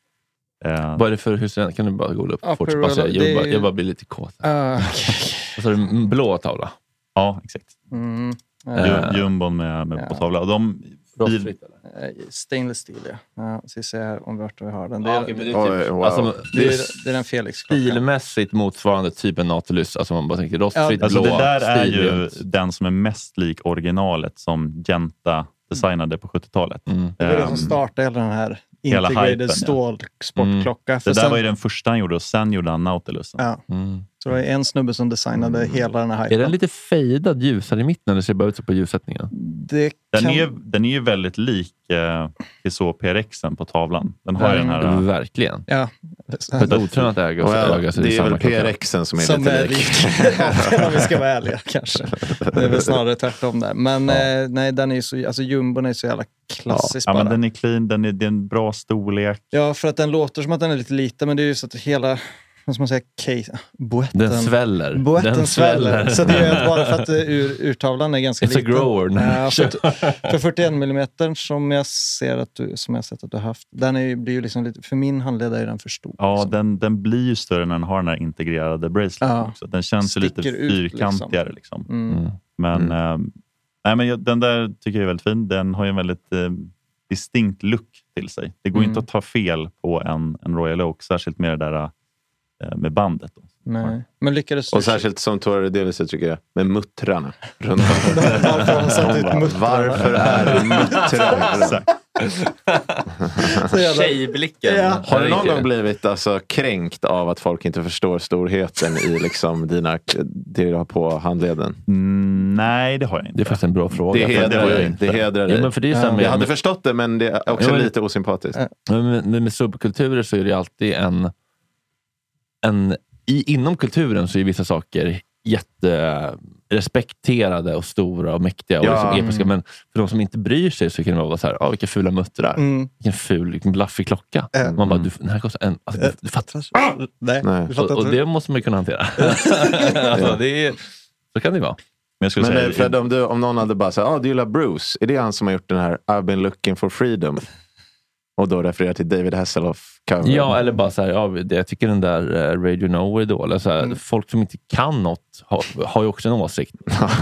Uh, Vad är det för hus? Kan du bara gå upp fort? Bara säga, jag, bara, jag bara blir lite kåt. Uh, okay. Och så är det en blå tavla. Ja, exakt. Mm. Uh, Jumbon med, med ja. på tavla. Och de, bil... Stainless steel, ja. ja så vi ser här om vart vi har den. Det är, ah, okay, det är, typ, oh, wow. alltså, det är, det är den Felix. Stilmässigt motsvarande typ en Nautilus. Alltså man bara tänker rostfritt, ja, alltså blå. Det där är stil, ju den som är mest lik originalet som Genta designade på sjuttiotalet. Mm. Det var det som startade hela den här integrated stålsportklocka. Mm. Det där sen... var ju den första han gjorde och sen gjorde han Nautilus. Ja. Mm. Så det var en snubbe som designade mm. hela den här hypen. Är den lite fejdad ljusare i mitten eller ser bara ut så på ljussättningen? Det den, kan... är, den är ju väldigt lik eh, till så P R Xen på tavlan. Den har mm. den här... Uh... Verkligen. Ja. För ett otränat äga och well, öga så det är, det är väl P R Xen som är som lite är lik. Om vi ska vara ärliga kanske. Det är väl snarare tvärtom där. Men ja. eh, nej, den är ju så, alltså jumbon är så jävla klassisk ja. bara. Ja, men den är clean, den är, det är en bra storlek. Ja, för att den låter som att den är lite liten, men det är ju så att hela... Vad ska man säga? Case. Boetten. Den sväller. Boetten den sväller. sväller. Så det är bara för att ur, urtavlan är ganska It's liten. It's a grower. Ja, för, för fyrtioen millimeter som jag ser att du, som jag sett att du har haft. Den är, blir ju liksom lite, för min handled är den för stor. Ja, liksom. den, den blir ju större när den har den här integrerade braceleten ja. också. Den känns ju lite fyrkantigare liksom. liksom. Mm. Men, mm. Äh, nej, men jag, den där tycker jag är väldigt fin. Den har ju en väldigt äh, distinkt look till sig. Det går mm. inte att ta fel på en, en Royal Oak, särskilt med det där med bandet då. Nej. Men lyckades och särskilt som Torre Delice tycker jag med muttrarna runt varför, varför är det muttrarna? Tjejblicken. Ja. Har du någon gång blivit alltså kränkt av att folk inte förstår storheten i liksom dina, det du har på handleden? Mm, nej, det har jag inte. Det är faktiskt en bra fråga. Det hedrar dig. Det, det hedrar dig. Ja, men för det är ja. Jag hade förstått det, men det är också ja, men, lite osympatiskt. Men med, med, med subkulturer så är det alltid en En, i, inom kulturen så är vissa saker jätterespekterade och stora och mäktiga och ja, liksom episka. Mm. Men för de som inte bryr sig så kan det vara så här, ja, vilka fula muttrar. Mm. Vilken ful, vilken blaffig klocka. Mm. Man bara, du, den här kostar en... Alltså, du, du fattar. Ah! Nej, Nej. Du fattar och, och det måste man ju kunna hantera. Alltså, det är, så kan det vara. Men, jag skulle men säga, Fred, om, du, om någon hade bara sagt, ja, ah, du gillar Bruce. Är det han som har gjort den här I've been looking for freedom? Och då refererar till David Hasselhoff. Ja, eller bara så här, ja, jag tycker den där uh, Radio Nowhere då, eller så här, mm. folk som inte kan något har, har ju också en åsikt.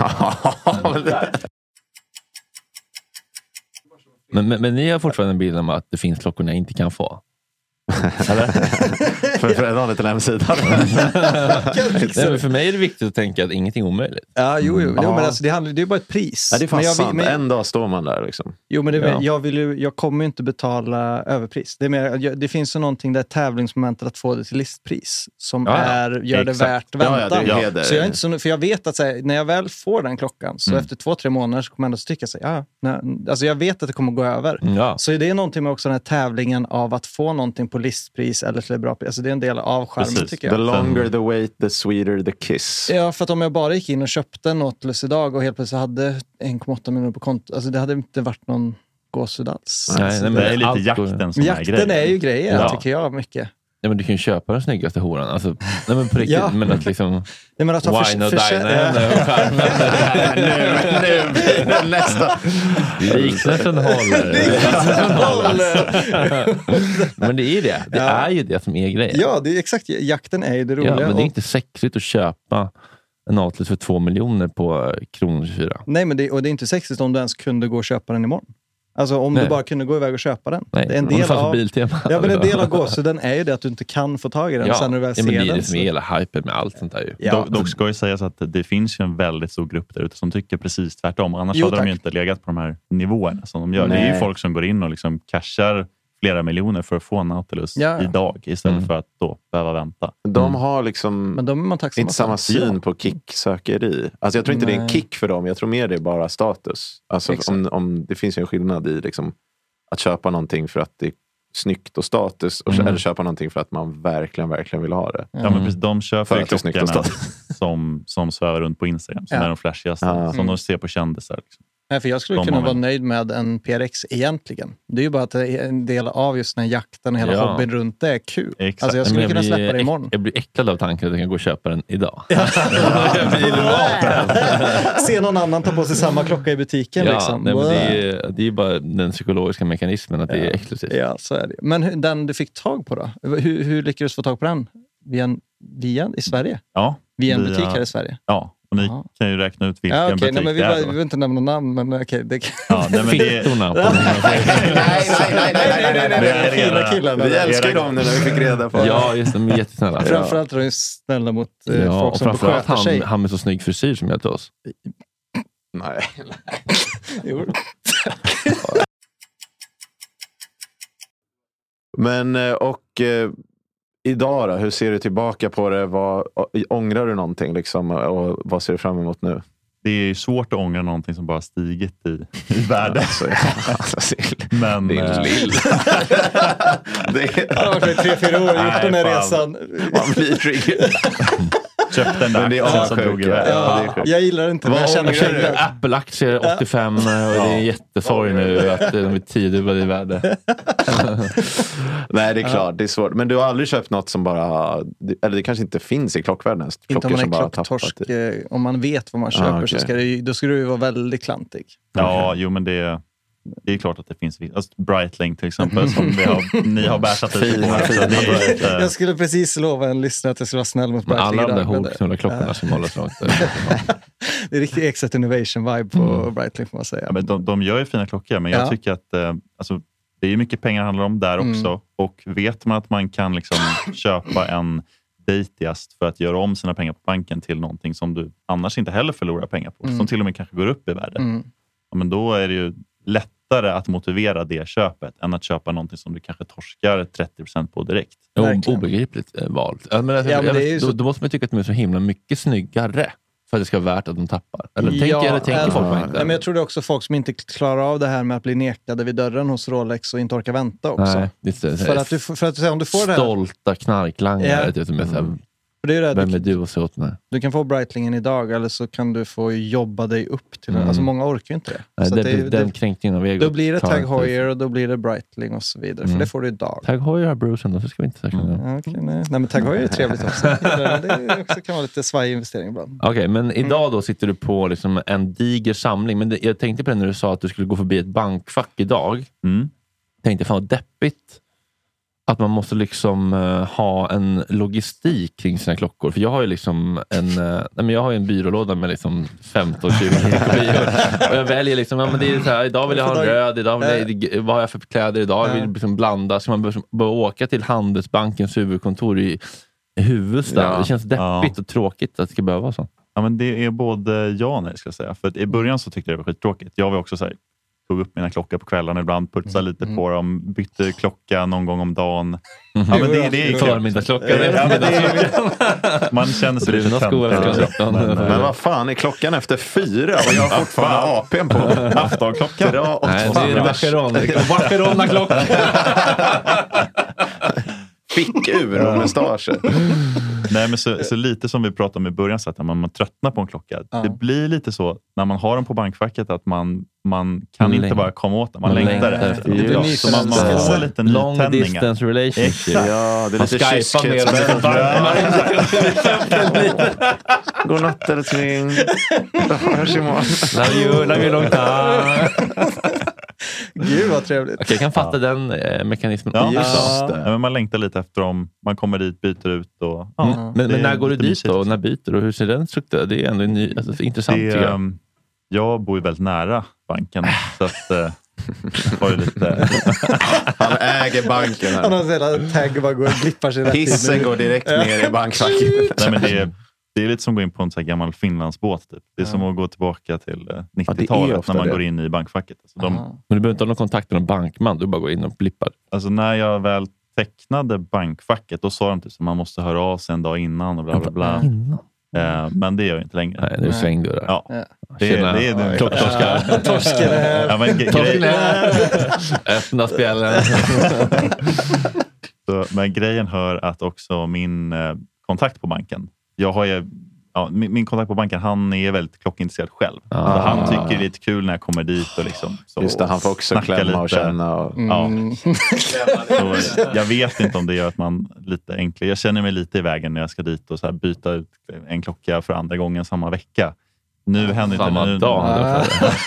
men, men, men ni har fortfarande en bild om att det finns klockor jag inte kan få. Eller? för för en annan till hemsidan. Nej, för mig är det viktigt att tänka att ingenting är omöjligt. Ja, jo, jo. jo men alltså, det, handlar, det är bara ett pris. Ja, det är fan men jag, sant. Men, en dag står man där liksom. Jo, men det, ja. jag, vill ju, jag kommer ju inte betala överpris. Det, är mer, det finns ju någonting där tävlingsmomentet att få det till listpris som ja, är, gör Exakt. det värt väntan. Ja, ja, det så jag är inte så, för jag vet att så här, när jag väl får den klockan så mm. efter två, tre månader så kommer jag ändå tycka sig, ja, nej, alltså jag vet att det kommer gå över. Ja. Så det är någonting med också den här tävlingen av att få någonting på listpris eller till bra pris. Alltså det är en del av skärmen tycker jag. The longer the wait, the sweeter the kiss. Ja, för att om jag bara gick in och köpte en Nautilus idag och helt plötsligt hade en komma åtta miljoner på konto, alltså det hade inte varit någon gåshud alls. Nej, alltså, nej, men det är lite jakten som jakten är grejen. Jakten är ju grejen, ja. tycker jag mycket. Ja, men du kan ju köpa den snyggaste horan. Alltså, nej, men på riktigt. Ja. Men att liksom... Nej, men att ha wine och dine. Nu, nu blir det nästa. Liknelsen håller. Liknelsen håller. Men det är det. Det ja. är ju det som är grejen. Ja, det är exakt. Jakten är ju det roliga. Ja, men det är inte sexigt att köpa en Nautilus för två miljoner på kronor tjugofyra. Nej, men det, och det är inte sexigt om du ens kunde gå och köpa den imorgon. Alltså om Nej. du bara kunde gå iväg och köpa den. Nej, det är en del av Biltema. Ja, men en del av gåshuden är ju det att du inte kan få tag i den ja. sen när du väl ja, ser den. Ja, men det är den, det som är hela hypen med allt sånt där ju. Ja. Dock, dock ska ju sägas att det finns ju en väldigt stor grupp där ute som tycker precis tvärtom. Annars jo, hade tack. de ju inte legat på de här nivåerna som de gör. Nej. Det är ju folk som går in och liksom cashar flera miljoner för att få Nautilus ja. idag istället mm. för att då behöva vänta. De mm. har liksom men de är man inte samma syn ja. på kicksökeri. Alltså jag tror inte Nej. det är en kick för dem. Jag tror mer det är bara status. Alltså om, om det finns ju en skillnad i liksom att köpa någonting för att det snyggt och status och, mm. eller köpa någonting för att man verkligen, verkligen vill ha det. Mm. Ja, men precis, de köper klockorna som, som svävar runt på Instagram, som ja. är de flashigaste, ja. som mm. de ser på kändisar. Liksom. Nej, för jag skulle de kunna vara nöjd med en P R X egentligen. Det är ju bara att en del av just den här jakten och hela ja. hobbyn runt det är kul. Exakt. Alltså jag skulle jag kunna blir, släppa det imorgon. Jag blir äcklad av tanken att jag kan gå och köpa den idag. Ja. Se någon annan ta på sig samma klocka i butiken. Ja, liksom. nej, men det, är, det är bara den psykologiska mekanismen att ja. det är exklusivt. Ja, så är det. Men den du fick tag på då? Hur, hur lyckades du få tag på den? Via, en, via i Sverige? Ja. Via en via, butik här i Sverige? Ja. Och ni Aha. kan ju räkna ut vilken ja, okay. butik nej, men vi det är. Vi vill inte nämna namn, men okej. Okay, det... ja, nej, men det... Fittorna. nej, nej, nej, nej, nej, nej, nej, fina killarna. Vi älskar ju dem nu när vi fick reda på. Ja, just det. De är jättesnälla. Framförallt är de snälla mot eh, ja, folk som sköter han, sig. Han med så snygg frisyr som hjälpte oss. Nej. Jo. Men, och... Idag då, hur ser du tillbaka på det? Vad, ångrar du någonting liksom, och vad ser du fram emot nu? Det är svårt att ångra någonting som bara stigit i, i värde. Alltså, ja, alltså, men det är lill. Det har varit tre, fyra år gjort den här resan. Man blir triggad. Köpte en aktie ja, som drog iväg. Ja, ja, jag gillar det inte. Men jag känner köpte Apple-aktier åttiofem och det är jättesorg nu att de är tiodubblade i värde. Nej, det är klart. Det är svårt. Men du har aldrig köpt något som bara... Eller det kanske inte finns i klockvärlden. Inte om man är klocktorsk. Om man vet vad man köper ah, okay. så ska det, då ska du ju vara väldigt klantig. Ja, okay. jo men det... Det är klart att det finns alltså Breitling till exempel som vi har, ni har bärsat ut på. Inte... Jag skulle precis lova en lyssnare att jag skulle vara snäll mot Breitling. Alla de där hopknulla klockorna som håller så långt. Det är riktigt Exit Innovation-vibe på mm. Breitling får man säga. Ja, men de, de gör ju fina klockor men jag ja. tycker att eh, alltså, det är mycket pengar handlar om där mm. också. Och vet man att man kan liksom köpa en Datejust för att göra om sina pengar på banken till någonting som du annars inte heller förlorar pengar på. Mm. Som till och med kanske går upp i värde. Mm. Ja, men då är det ju lättare att motivera det köpet än att köpa någonting som du kanske torskar trettio procent på direkt. O- obegripligt eh, val. Ja, men alltså, ja, men jag, så... då, då måste man tycka att de är så himla mycket snyggare för att det ska vara värt att de tappar. Eller ja, tänker, eller tänker äh, folk inte? Nej, men jag tror det är också folk som inte klarar av det här med att bli nekade vid dörren hos Rolex och inte orkar vänta också. Nej, det är, för, att du, för att om du får det här... Stolta knarklangare. Ja. Typ, som är så här, det är det, vem du, är du och så åt mig? Du kan få Breitlingen idag eller så kan du få jobba dig upp till mm. det. Alltså många orkar ju inte det. Nej, så det, det, det den kränkningen av ego. Då blir det Tag Heuer och då blir det Breitling och så vidare. Mm. För det får du idag. Tag Heuer har Bruce ändå, så ska vi inte säga mm. okay, nej. nej men Tag Heuer är trevligt också. Det också kan vara lite svajig investering ibland. Okej, okay, men idag då sitter du på liksom en diger samling. Men det, jag tänkte på det när du sa att du skulle gå förbi ett bankfack idag. Mm. Tänkte fan vad deppigt. Att man måste liksom uh, ha en logistik kring sina klockor. För jag har ju liksom en, uh, nej men jag har ju en byrålåda med liksom femton tjugo kopior. Och jag väljer liksom, ja, men det är så här, idag vill jag ha en röd, idag vill jag, vad har jag för kläder idag? Jag vill liksom blanda. Så man bör, bör åka till Handelsbankens huvudkontor i, i huvudstad. Ja. Det känns deppigt ja. och tråkigt att det ska behöva vara så. Ja, men det är både ja och nej, ska jag säga. För i början så tyckte jag det var skittråkigt. Jag var också så här, tog upp mina klockor på kvällarna ibland, putsade lite mm. på dem, bytte klocka någon gång om dagen. Mm. Ja, men det, det är förmiddagsklockan. Ja, man känner sig lite tönt. Men, men vad fan är klockan efter fyra och jag har fortfarande A P:n på aftonklockan? Nej, det är Vacheron. Vacherona-klockan. Fickur och mustascher. Nej, men så, så lite som vi pratade om i början, så att man, man tröttnar på en klocka. Ja. Det blir lite så när man har den på bankfacket att man, man kan Läng- inte bara komma åt den. Man, man längtar efter det. Ja, så man, man får lite long distance relationship. Ja, det är lite kyskhetsspel. Godnatt eller ting. Hörs imorgon. Love you, love you long time. Gud vad trevligt. Okej, jag kan fatta ja. den eh, mekanismen. Ja, just det. Ja, men man längtar lite efter dem. Man kommer dit, byter ut. Och, ja, mm. Men, men när går du dit mysigt. Då? När byter du? Hur ser den struktur? Det är ändå en ny, alltså, intressant. Det, jag. jag bor ju väldigt nära banken. Så att... Eh, var ju lite... Han äger banken här. Han har hela tagg bara går och blippar sig rätt. Hissen går direkt ner i bankfacket. Nej, men det är, det är lite som att gå in på en så här gammal Finlandsbåt. Typ. Det är ja. som att gå tillbaka till nittiotalet ja, när man det. går in i bankfacket. Alltså, de... Men du behöver inte ha någon kontakt med en bankman. Du bara går in och blippar. Alltså när jag väl tecknade bankfacket, då sa de typ att man måste höra av sig en dag innan och bla bla bla. Eh, men det gör jag inte längre. Nej, nu svängde du där. Ja. Ja. Det är det. Är det. Klocktorskar. Torsken är Ja, men gre- Torsken grej, är öppna spjällen. så, men grejen hör att också min eh, kontakt på banken. Jag har ju, ja, min, min kontakt på banken, han är väldigt klockintresserad själv. Ah. Så han tycker det är lite kul när jag kommer dit och liksom. Så, Just det, han får också snacka klämma lite. och känna. Och... Mm. Ja. Så, jag vet inte om det gör att man lite enklare. Jag känner mig lite i vägen när jag ska dit och så här byta ut en klocka för andra gången samma vecka. Nu händer inte Samma nu. dag. Ah.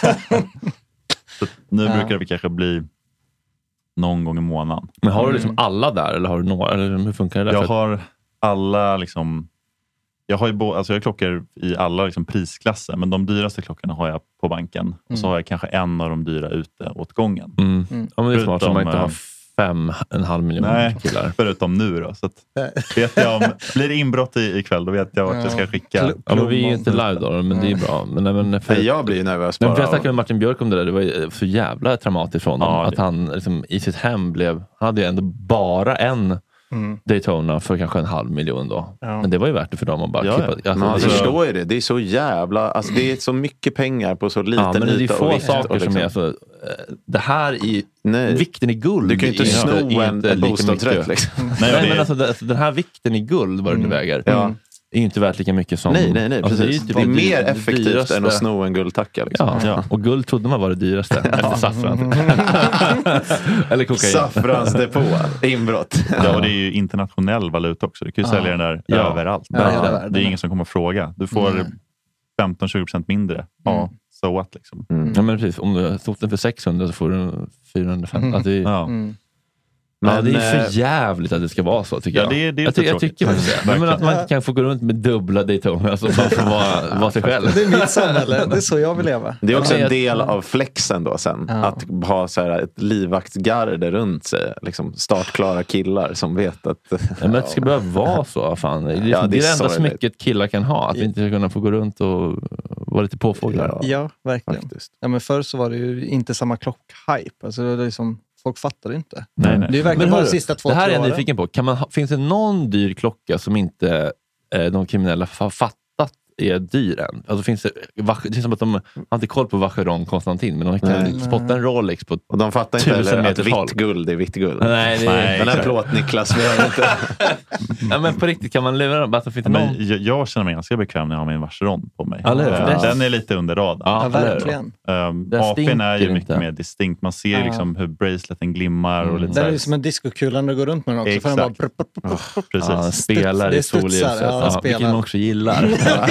Så nu Ja. brukar det kanske bli någon gång i månaden. Men har du liksom alla där? Eller har du några? Eller hur funkar det där? Jag För att- har alla liksom... Jag har ju bo, alltså jag har klockor i alla liksom prisklasser, men de dyraste klockorna har jag på banken. Och så har jag kanske en av de dyra ute åt gången. Mm. Ja, men det är smart så man inte Förutom, har fem, en halv miljon Nej, killar. förutom nu då. Så att, vet jag om, blir det inbrott i, ikväll, då vet jag vart jag ska skicka. Kl- Ja, men vi är ju inte live då, men det är bra. Men, nej, men för, Nej, jag blir ju nervös men bara. för jag av- snackade med Martin Björk om det där. Det var ju så jävla traumatiskt från honom. Ja, att det- han liksom, i sitt hem blev... Han hade ju ändå bara en Mm. Daytona för kanske en halv miljon då. Ja. Men det var ju värt det för dem att bara Ja, klippa. ja. Alltså, Men man det är- förstår ju det. Det är så jävla... Alltså det är så mycket pengar på så liten ja, men det är yta få och vikt. saker och som liksom- är... Alltså, eh, det här i... Nej. Vikten i guld. Du kan ju inte är sno är en, inte en lika bostadsrätt mycket. liksom. Nej, Nej, det- men alltså, det, alltså, den här vikten i guld, vad det nu väger, Ja. är ju inte värt lika mycket som... Nej, nej, nej. Alltså, Precis. typ det är det mer dy- effektivt dyraste- än att sno en guldtacka. Liksom. Ja, Ja. och guld trodde man var det dyraste efter saffran. Eller kokain. Saffransdepå. Inbrott. Ja, och det är ju internationell valuta också. Du kan ju Ja. sälja den där Ja. överallt. Ja, Ja, hela världen. det är ingen som kommer att fråga. Du får Nej. femton till tjugo procent mindre. Ja, so what liksom. Mm. Ja, men precis. Om du har sålt den för sexhundra så får du fyrahundrafemtio. Mm. Alltså, det, Ja. Mm. ja, Men, det är eh, för jävligt att det ska vara så, tycker Ja, jag. det är- det är jag, lite ty- jag tråkigt. tycker faktiskt det. Men att man inte kan få gå runt med dubbla Daytona alltså, bara för att vara, vara sig själv. Det är mitt samhälle. Det är så jag vill leva. Det är också Ja, en jag- del av flexen då sen. Ja. Att ha så här ett livvaktsgarde runt sig. Liksom startklara killar som vet att... Ja, men att det ska behöva vara så. Fan. Det är, Ja, det det är är det enda sorgligt. smycket killar kan ha. Att vi inte ska kunna få gå runt och vara lite påfåglar. Ja. Ja, verkligen. Faktiskt. Ja, men förr så var det ju inte samma klockhype. Alltså, det är liksom, folk fattade inte. Nej, nej. Det är verkligen Men bara hörru, de sista två, det här är tre jag åren. nyfiken på. Kan man ha, finns det någon dyr klocka som inte eh, de kriminella har fattat är dyr än? Alltså finns det, Vach- det är som att de har inte koll på Vacheron Konstantin, men de kan Nej. spotta en Rolex på... Och de fattar inte Tusen heller att meters håll. vitt guld är vitt guld. Nej, det är, Nej. Den här plåt-Niklas, vi har inte... ja, men på riktigt, kan man lura dem? Alltså, finns det någon... Men jag, jag känner mig ganska bekväm när jag har min Vacheron på mig. Eller hur? Eh, Det- Den är lite under radarn. Ja, Ja, eller hur? verkligen. Um, Det A P:n är ju stinker mycket inte. mer distinkt. Man ser Ja. liksom hur braceleten glimmar och lite Den är så ju som en diskokula när du går runt med den också. För den bara... Exakt. här, precis. Ja, den spelar Det i studsar, solljuset. ja, Ja, spelar. vilket man också gillar.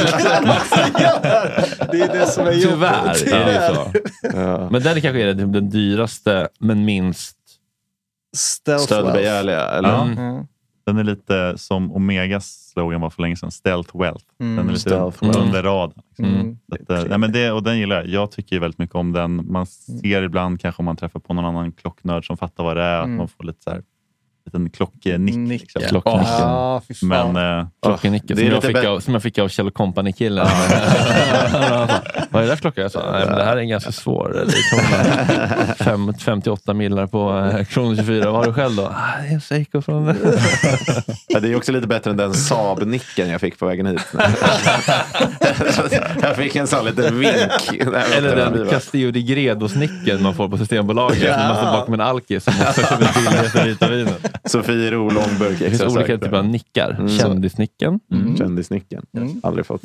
Det är det som är jobbigt. Tyvärr är det ju så. Ja. Men den är kanske är den, den dyraste, men minst... Stealth Stöldbegärliga, eller? Ja. wealth. Ja. Den är lite som Omegas slogan var för länge sedan. Stealth wealth. Mm. Den är lite Stealth wealth. under radarn. Liksom. Mm. Så att, eh, nej, men det, och den gillar jag. Jag tycker ju väldigt mycket om den. Man ser ibland kanske om man träffar på någon annan klocknörd som fattar vad det är. Mm. Att man får lite så här, liten klocknick. Nick, Liksom. ja. Klocknicken. Ja, fy fan. Men eh, Klockennicken det är som, jag lite fick bättre. av, som jag fick av Kjell Company-killen. Vad är det där för klocka? Jag sa, nej, men det här är en ganska svår. Det är fem, femtioåtta millar på eh, Kronor tjugofyra. Vad har du själv då? Ah, det är en Seiko från... Ja, det är också lite bättre än den Saab-nicken jag fick på vägen hit. Jag fick en sån liten vink. Eller den Castillo di Gredos-nicken man får på Systembolaget. När man står bakom en alkis som också köper billigheter vita vinet. Sofiero långburk. Det finns olika typer av nickar. Mm. Kändisnicken. Mm. Kändisnicken. Mm. Aldrig fått.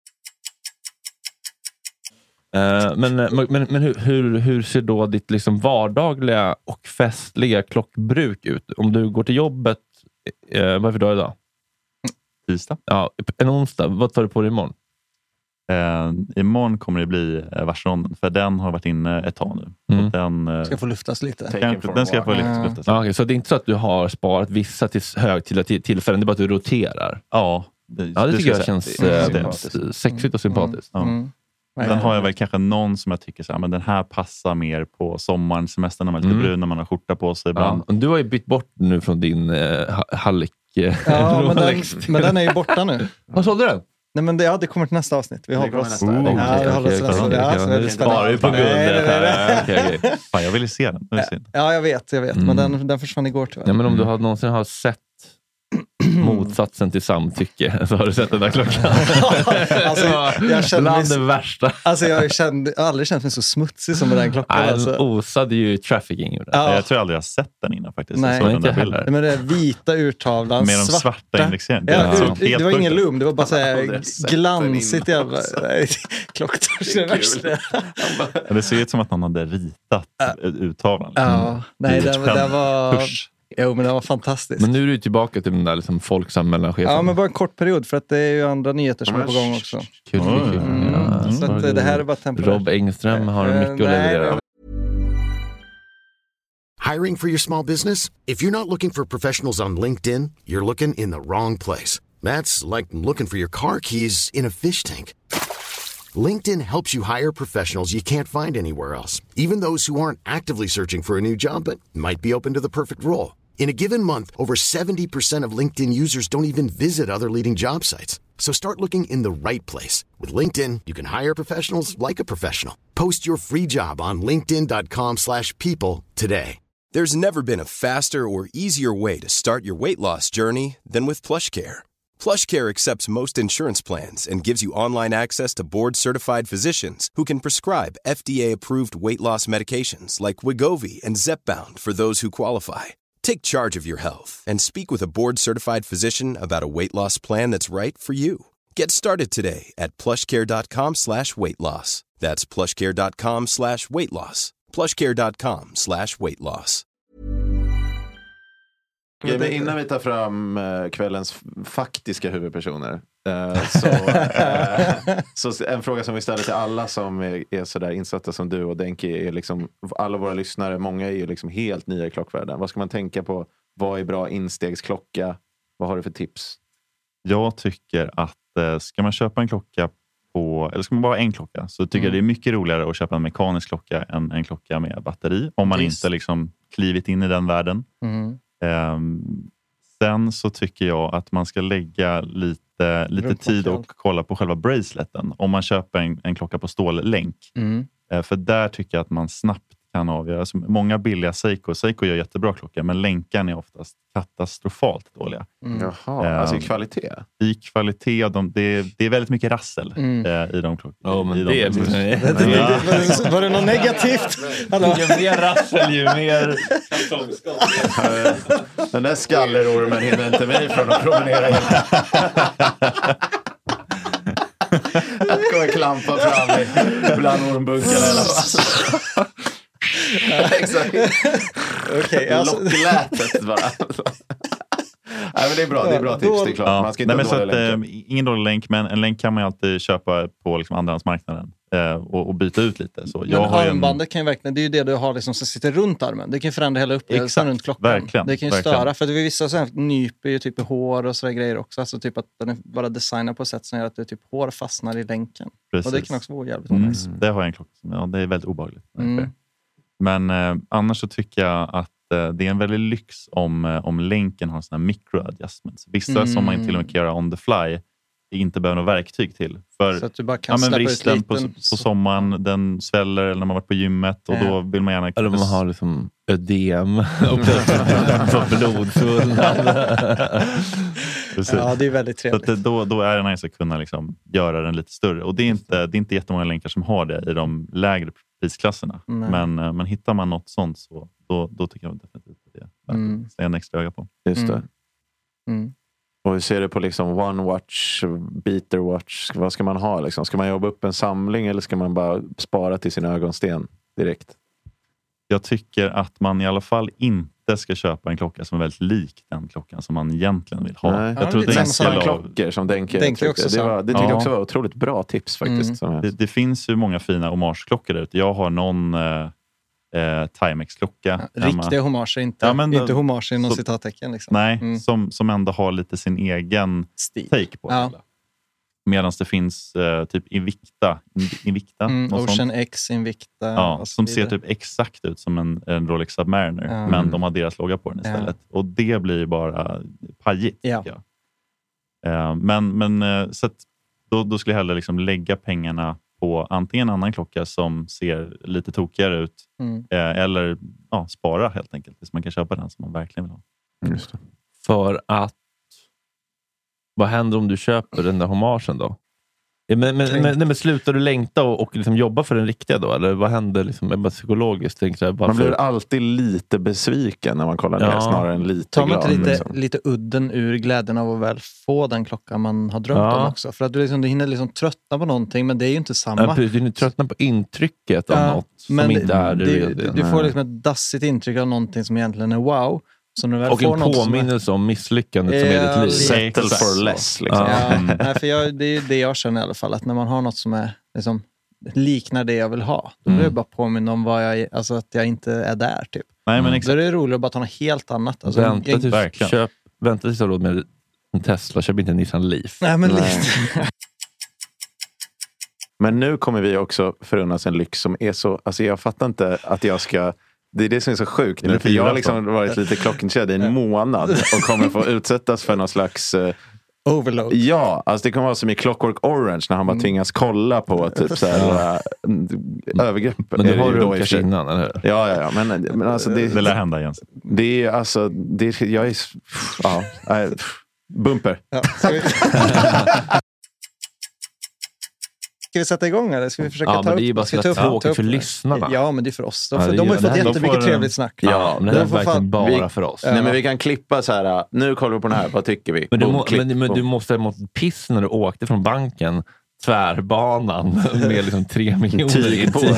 Eh, men men, men hur, hur, hur ser då ditt liksom vardagliga och festliga klockbruk ut? Om du går till jobbet, eh, vad är för dag idag? tisdag. Ja, en onsdag. Vad tar du på dig imorgon? Eh, imorgon kommer det bli eh, Vacheronen. För den har varit inne ett tag nu. Mm. Och den, eh, Ska få luftas lite. Taken for den, den ska a jag få while. lite Ja. lufta. Ja, okay, så det är inte så att du har sparat vissa till högtida till tillfällen, det är bara att du roterar. Ja, det, Ja, det, det tycker ska jag säga. känns Det är eh, sympatiskt. sexigt och sympatiskt. Ja. Mm. Den har jag väl kanske någon som jag tycker så här, men den här passar mer på sommaren, semestern när man är lite Mm. brun, när man har skjorta på sig ibland. Ja. Du har ju bytt bort nu från din eh, ha- hallick. Eh, Ja, men den, Rolex. men den är ju borta nu. Vad sålde du den? Nej, men det, ja, det kommer till nästa avsnitt. Vi håller kommer oss. nästa. Ja, Okej, vi håller oss nästa. Ja, så är det Nu spännande. sparar vi på Nej, nej, guldet. nej, nej. här. Okej, okej. Fan, jag vill ju se den. Det är synd. Ja, jag vet, jag vet. Mm. Men den, den försvann igår tyvärr. Ja, men om du har någonsin har sett motsatsen till samtycke. Så har du sett den där klockan? alltså, jag kände Bland mig, det värsta. Alltså jag, kände, jag har aldrig känt mig så smutsig som med den klockan. Nej, alltså. den osade ju trafficking. Ja. Jag tror aldrig jag har sett den innan faktiskt. Nej. Jag såg den där Inte bilden. heller. Men det är vita urtavlan, Med de svarta. svarta indexeringarna. Ja, Det är det, helt det var sjukt. ingen lum, det var bara så här aldrig sett den glansigt innan, jävla alltså. klocktorsk. Det värsta. Ja, det ser ut som att någon hade ritat uttavlan. Ja, nej, det, var- det var... Push. Jo, men det var fantastiskt. Men nu är du tillbaka till den där liksom Folksam mellanchefen. Ja, men bara en kort period, för att det är ju andra nyheter som är på gång också. Kul, kul, kul. Mm. Ja. Så att det här är bara temporärt. Rob Engström har Eh, mycket att nej, leverera. Hiring for your small business? If you're not looking for professionals on LinkedIn, you're looking in the wrong place. That's like looking for your car keys in a fish tank. LinkedIn helps you hire professionals you can't find anywhere else, even those who aren't actively searching for a new job but might be open to the perfect role. In a given month, over seventy percent of LinkedIn users don't even visit other leading job sites. So start looking in the right place. With LinkedIn, you can hire professionals like a professional. Post your free job on linkedin dot com slash people today. There's never been a faster or easier way to start your weight loss journey than with PlushCare. PlushCare accepts most insurance plans and gives you online access to board-certified physicians who can prescribe F D A-approved weight loss medications like Wegovy and Zepbound for those who qualify. Take charge of your health and speak with a board-certified physician about a weight loss plan that's right for you. Get started today at plushcare.com slash weight loss. That's plushcare.com slash weight loss. plushcare.com slash weight loss. Okay, men innan vi tar fram uh, kvällens f- faktiska huvudpersoner uh, så, uh, så en fråga som vi ställer till alla som är, är så där insatta som du och Denki är liksom, alla våra lyssnare, många är ju liksom helt nya i klockvärlden. Vad ska man tänka på? Vad är bra instegsklocka? Vad har du för tips? Jag tycker att eh, ska man köpa en klocka på, eller ska man bara ha en klocka, så tycker Mm. jag det är mycket roligare att köpa en mekanisk klocka än en klocka med batteri. Om man Visst. inte liksom klivit in i den världen. Mm. Um, sen så tycker jag att man ska lägga lite, lite Runt tid material. och kolla på själva braceleten. Om man köper en, en klocka på stållänk. Mm. Uh, för där tycker jag att man snabbt kan avgöra. Alltså, många billiga Seiko. Seiko gör jättebra klockor, men länkarna är oftast katastrofalt dåliga. Mm. Jaha, Um, alltså i kvalitet. I kvalitet, och de, det, är, det är väldigt mycket rassel Mm. uh, i de klockorna. Ja, men i det de är... bracelets. Det- det- det- var, var det något negativt? Hallå? Ju mer rassel, ju mer... Den där skallerormen hinner inte mig från att promenera in. Jag kommer klampa fram i bland ormbunkarna i alla fall. Exakt. Okej, alltså, Locklätet bara. Nej, men det är bra, det är bra tips, det är klart. Ja. Man ska inte Nej, ha men så dåliga att, länkar. eh, ingen dålig länk, men en länk kan man ju alltid köpa på liksom andrahandsmarknaden eh, och, och byta ut lite. Så jag men har ju en, armbandet kan ju verkligen, det är ju det du har liksom som sitter runt armen. Det kan ju förändra hela upplevelsen Exakt, runt klockan. verkligen, Det kan ju verkligen. störa, för att vissa så här nyper ju typ i hår och sådär grejer också. Alltså typ att den är bara designad på ett sätt som gör att det typ hår fastnar i länken. precis. Och det kan också vara jävligt Mm, onajs. det har jag en klocka som, ja, det är väldigt obehagligt. Mm. Men eh, annars så tycker jag att eh, det är en väldigt lyx om, eh, om länken har såna här micro-adjustments. Vissa Mm. som man till och med kan göra on the fly inte behöver något verktyg till. För Så att du bara ja, kan men släppa ut vristen på, liten. på sommaren, den sväller eller när man varit på gymmet och Ja. då vill man gärna... Eller man har liksom ödem och plötsligt blodfullnad. Precis. Ja, det är väldigt Så att trevligt. det, då, då är det nice att kunna liksom göra den lite större. Och det är inte, det är inte jättemånga länkar som har det i de lägre prisklasserna. Nej. Men, eh, men hittar man något sånt så då, då tycker jag definitivt att det är värt Mm. att slänga en extra öga på. Just det. Mm. Mm. Och hur ser du på liksom One Watch, Beater Watch? Vad ska man ha liksom? Ska man jobba upp en samling eller ska man bara spara till sin ögonsten direkt? Jag tycker att man i alla fall inte ska köpa en klocka som är väldigt lik den klockan som man egentligen vill ha. Nej. Ja, Jag tror lite det är en samma del sak. av, Klockor som Denke Denke tyckte. också Det, sa. var, det tyckte Ja. jag också var otroligt bra tips faktiskt. Mm. Som jag, det, det finns ju många fina hommageklockor där ute. Jag har någon eh, eh, Timex-klocka hemma. Riktiga hommager, inte, Ja, men då- inte homage inom så- citattecken. Liksom. Nej, Mm. som, som ändå har lite sin egen Stil. take på det Ja. hela. Medan det finns eh, typ Invicta, Invicta Mm, något Ocean sånt. X, Invicta. Ja, och så som ser vidare. typ exakt ut som en, en Rolex Submariner. Ja. Men de har deras logga på den Ja. istället. Och det blir bara pajigt, Ja. tycker jag. Eh, men men eh, så att då, då skulle jag hellre liksom lägga pengarna på antingen en annan klocka som ser lite tokigare ut. Mm. Eh, eller ja, spara helt enkelt. Så man kan köpa den som man verkligen vill ha. just det. För att vad händer om du köper den där hommagen då? Men, men, men, men slutar du längta och, och liksom jobba för den riktiga då? Eller vad händer liksom, bara psykologiskt? Tänkte jag, man blir alltid lite besviken när man kollar ner, ja. snarare än lite tar man glad. Lite, liksom. lite udden ur glädjen av att väl få den klockan man har drömt ja. om också. För att du, liksom, du hinner liksom tröttna på någonting, men det är ju inte samma. Ja, du hinner tröttna på intrycket ja, av något som men inte är det. det du, du får liksom ett dassigt intryck av någonting som egentligen är wow. Så när du väl och får en något påminnelse är... om misslyckandet som är ditt liv. Settle for less. Liksom. Ja. Ja. Nej, för jag, det är det jag känner i alla fall. Att när man har något som är, liksom, liknar det jag vill ha. Då blir det bara påminna om vad jag, alltså att jag inte är där. Typ. Nej, men Då är det roligt att bara ta något helt annat. Alltså, vänta, jag, tills, köp, vänta tills du har råd med en Tesla. Köp inte en Nissan Leaf. Nej, men Nej. lite. Men nu kommer vi också förunnas en lyx som är så... Alltså jag fattar inte att jag ska... Det är det som är så sjukt nu. För jag har liksom varit lite klockenkädd i en månad och kommer få utsättas för någon slags... Uh, overload. Ja, alltså det kommer vara som i Clockwork Orange när han bara tvingas kolla på typ så här uh, övergrepp. Men du har runkat innan, eller hur? Ja, ja, ja. Men, men alltså det... Det lär hända, Jens. Det är alltså... Det är, jag är... Ja, äh, bumper. Ja, ska vi... Ska vi sätta igång eller? Ska vi försöka ja, ta men det är ju bara så tråkigt för lyssnarna. Ja, men det är för oss. De, ja, de har ju fått jättemycket får, trevligt snack. Ja, men det är verkligen fan, bara vi, för oss. Nej, men vi kan klippa så här, nu kollar vi på den här, vad tycker vi? Men du, boom, må, klipp, men, men du måste mot piss när du åkte från banken tvärbanan med liksom tre miljoner i på.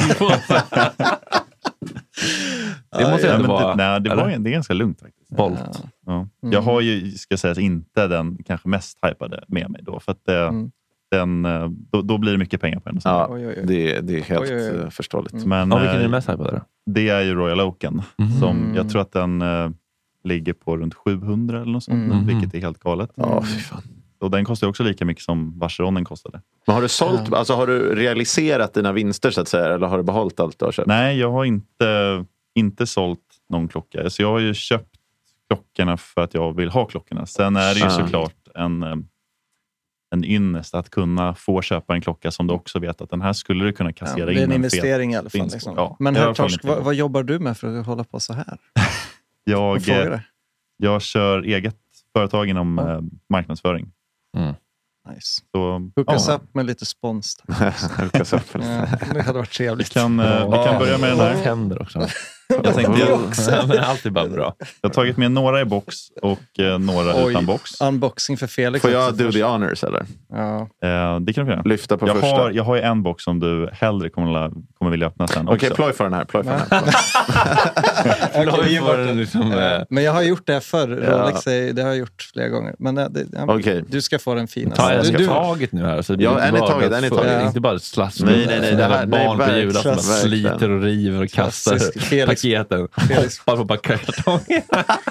Det måste ja, ändå vara... Det, nej, det, var, det är ganska lugnt faktiskt. Bolt. Ja. Mm. Jag har ju, ska säga, inte den kanske mest hypade med mig då. För att det, mm. den, då, då blir det mycket pengar på den. Ja, oj, oj, oj. Det, det är helt oj, oj, oj. förståeligt. Mm. Men, ja, vilken är det mest hypade då? Det är ju Royal Oaken. Mm. Som jag tror att den uh, ligger på runt sjuhundra eller något sånt. Mm. Vilket är helt galet. Ja, fy fan. Och den kostar också lika mycket som Vacheronen kostade. Men har du sålt, ja. alltså har du realiserat dina vinster så att säga? Eller har du behållit allt du har köpt? Nej, jag har inte, inte sålt någon klocka. Så jag har ju köpt klockorna för att jag vill ha klockorna. Sen är det ju ah. såklart en, en ynnest att kunna få köpa en klocka som du också vet att den här skulle du kunna kassera ja, in. Det är en, en investering i alla fall. Liksom. Ja, men herr Torsk, vad, vad jobbar du med för att hålla på så här? jag, jag kör eget företag inom ja. eh, marknadsföring. Mm. Nice. Så, hookas ja. upp med lite spons. hookas upp. Ja, det hade varit trevligt. Vi kan, uh, vi kan börja med den här. Händer också. Jag tänkte jag, ja, men allt är bara bra. Jag har tagit med några i box och uh, några Oj, utan box. Unboxing för Felix. Får jag do the honors eller? Ja. Uh, det kan du göra. Lyfta på jag första. Har, jag har ju en box som du hellre kommer, kommer vilja öppna sen. Okej, okay, ploj för den här. Ploj för den här. ploj för den liksom, uh, men jag har gjort det förr. Ja. Rolex, det har jag gjort flera gånger. Men det, ja, okay. Du ska få den fina. Ta, jag ska du, taget nu här. Så det ja, en är taget. En är taget. Ja. Inte bara slass. Nej, nej, nej. Det här barn på julen som sliter och river och kastar Felix. paketen. Hoppar på paketkartongen.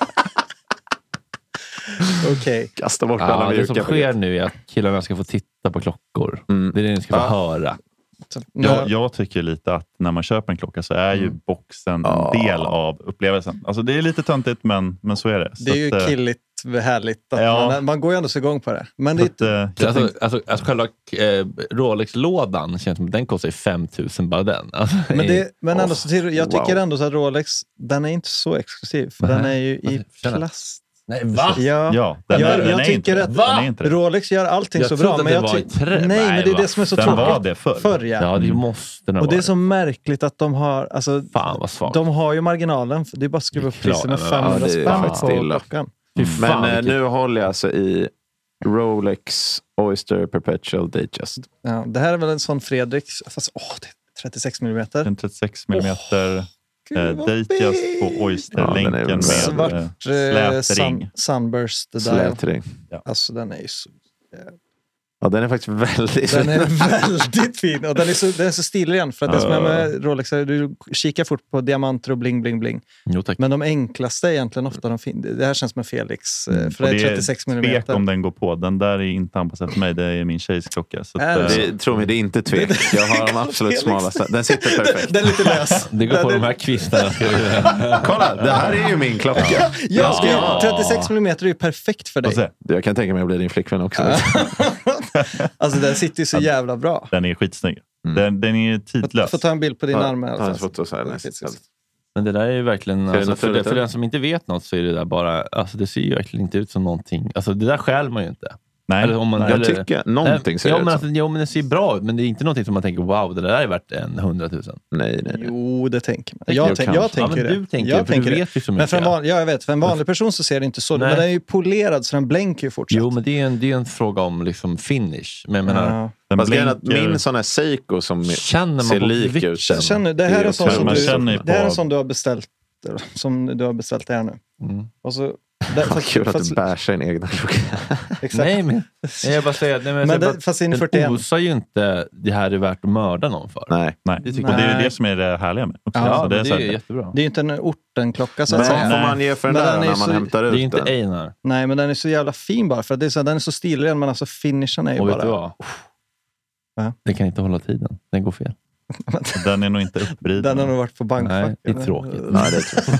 Okej. Okay. Kasta bort ja, alla det som sker nu är att killarna ska få titta på klockor. Mm. Det är det ni ska få ja. höra. Jag, jag tycker lite att när man köper en klocka så är ju mm. boxen en oh. del av upplevelsen. Alltså det är lite töntigt men, men så är det. Det är så ju att, killigt härligt. Att ja. man, man går ju ändå så igång på det. Men det att, är, alltså, tänkte... alltså, alltså själva eh, Rolex-lådan känns som att den kostar fem tusen bara den. Alltså, men det, men ändå, så till, jag tycker wow. ändå så att Rolex, den är inte så exklusiv. För mm. den är ju i plast. Nej, va? Ja, ja den jag, är, den jag är tycker inte, att den är inte Rolex gör allting jag så bra. Men jag var ty- trä, nej, men det är det som är så den tråkigt. Var det förr. förr ja. ja, det måste den Och vara. det är så märkligt att de har... Alltså, fan vad svagt. De har ju marginalen. Det är bara att skruva upp priset med femhundra ja, spänn på klockan. Mm. Men äh, nu håller jag alltså i Rolex Oyster Perpetual Datejust. Ja, det här är väl en sån Fredrik. Fast åh, det är trettiosex millimeter. En trettiosex millimeter oh, eh, Datejust på Oyster-länken ja, med svart eh, slätring. Sun, sunburst slätring. Ja. Alltså den är ju så... Ja, den är faktiskt väldigt Den är väldigt fin. Och den är så, den är så stilig igen. För att det som är med Rolex är du kikar fort på diamanter och bling, bling, bling. Jo, tack. Men de enklaste är egentligen ofta de fin. Det här känns som en Felix. Mm. För det är trettiosex millimeter. Tvek om den går på. Den där är inte anpassad för mig. Det är min tjejs klocka. Så äh, att, det, tro mig, det är inte tvek. Jag har de absolut smalaste. Den sitter perfekt. Den är lite lös. Det går på den, de här kvistarna. Kolla, det här är ju min klocka. Ja, ja, ja. trettiosex millimeter är ju perfekt för dig. Jag kan tänka mig att bli din flickvän också. Alltså den sitter ju så jävla bra. Den är skitsnygg. Mm. Den, den är tidlös. Jag får ta en bild på din ja, arm i alla fall. Ja, så här, men det där är ju verkligen... Alltså, för, det, för den som inte vet något så är det där bara... Alltså det ser ju verkligen inte ut som någonting. Alltså det där skäl man ju inte. Nej, eller om man, Jag eller, tycker någonting ser ja, ut men, som. alltså, jo, men det ser bra ut. Men det är inte någonting som man tänker, wow, det där är värt en hundratusen. Nej, nej, nej. Jo, det tänker man. Det Jag, kan- tänk, jag kanske. tänker Ja, men det. du tänker jag det, för tänker du det. vet ju så Men för en, mycket. van, ja, jag vet, för en vanlig person så ser det inte så. Nej. Men den är ju polerad så den blänker ju fortsatt. Jo, men det är en, det är en fråga om liksom finish. Men jag menar, Ja. Den Fast grejen är att blänker- min sån här Seiko som känner man ser på lik vikten? ut. sen. Känner, det här är en sån också- som man du, känner ju det här är på- en sån du har beställt. Som du har beställt här nu. Mm. Och så, där, Vad fast, kul att fast, du bär sig en egna klocka. exakt. Nej, men jag bara säger, nej, men, Men jag det- bara, fast in den fyrtioen. osar ju inte det här är värt att mörda någon för. Nej. Nej, Det tycker och det är ju jag. det som är det härliga med också. Ja, Så Ja, det det är, är, så det är här, jättebra. Det är ju inte en ortenklocka så att Men säga. vad får man ge för den Men där den är när ju man så- hämtar Det är ut ju inte den? Einar. Nej, men den är så jävla fin bara. För att det är så, den är så stilren, men alltså finishen är ju Och bara... vet du vad? Va? Den kan inte hålla tiden. Den går fel. den är nog inte uppbriden. Den har nog varit på bankfack. Nej, det är tråkigt. Nej, det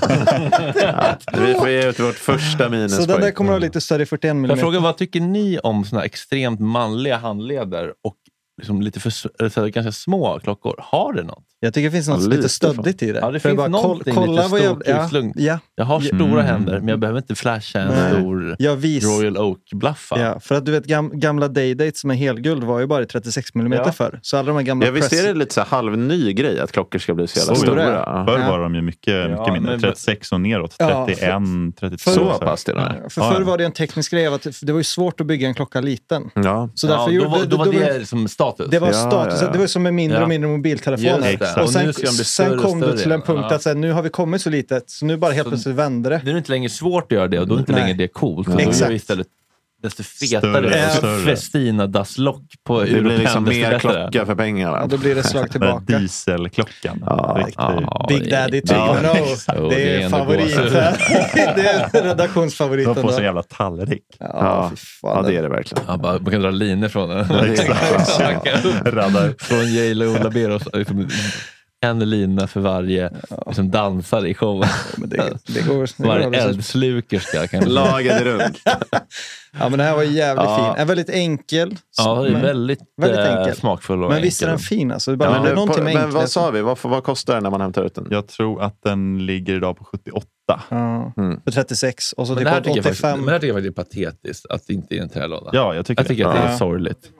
är ja, vi får ge ut vårt första minuspoäng. Så den där kommer att ha lite större fyrtioen Jag millimeter. frågar, vad tycker ni om såna här extremt manliga handleder och liksom lite för, eller så här, ganska små klockor? Har det något? Jag tycker det finns något Ja, lite lite stöddigt i det. Ja, det För finns bara någonting kolla lite vad jag- stort ja, utlugnt. ja, Jag har Mm. stora händer, men jag behöver inte flasha en Nej. stor jag vis. Royal Oak-blaffa. Ja, för att du vet gam, gamla Day-Date som är helguld var ju bara i trettiosex millimeter Ja. förr. Så alla de här gamla Ja, visst är press- det lite så här halvny grej att klockor ska bli så jävla Så stora? är det. Ja. Förr Ja. var de ju mycket, Ja, mycket mindre. men- trettiosex och neråt. Ja, trettioen, trettiotvå. för- Så så här. pass till och med. För Ja, förr ja. var det en teknisk grej av att det var ju svårt att bygga en klocka liten. Ja. Så därför Ja, då, gjorde, var, då var det som status. det var Ja, status. ja, ja. Det var ju som med mindre Ja. och mindre mobiltelefoner. Just det. Och Och sen, nu ska de bli större sen och kom du större till en igen. punkt Ja. att säga, nu har vi kommit så litet, så nu bara helt Så- plötsligt vänder det. Nu är det inte längre svårt att göra det och då är inte Nej. längre det coolt. Och då Exakt. är det istället desto Större fetare och större. Festina-dasslock på Det blir Europen, liksom desto mer bättre. klocka för pengarna. Ja, då blir det slag Den tillbaka. dieselklockan. Ja, Riktigt. ja. Big Daddy Ja, Tigno. exakt. Jo, Det det är är ändå favorit. gåshud. Det är De redaktionsfavoriten. får så då. jävla tallrik. Ja, Ja. fy fan. Ja, det är det verkligen. Ja, bara, man kan dra linjer från den. Exakt. Radar från Yale och Ola Beros. Liksom, en lina för varje liksom, dansare i showen. Men det, det går, det går Varje alldeles- eldslukerska kan man säga. Lagen är runt. Ja, men det här var jävligt Ja. fin. Är väldigt enkel. Ja, det är men, väldigt, väldigt eh, enkel. smakfull och men visst är enkel. den fin alltså. Det är bara, Ja, det är men, någonting på, med men enkelhet. vad sa vi? Vad, vad kostar den när man hämtar ut den? Jag tror att den ligger idag på sjuttioåtta. Ja, Mm. för trettiosex. Och så Men det, här typ tycker jag faktiskt, men åttiofem. det här tycker jag faktiskt är patetiskt. Att det inte är en trälåda. Ja, jag tycker Jag tycker det. att det är Ja. sorgligt.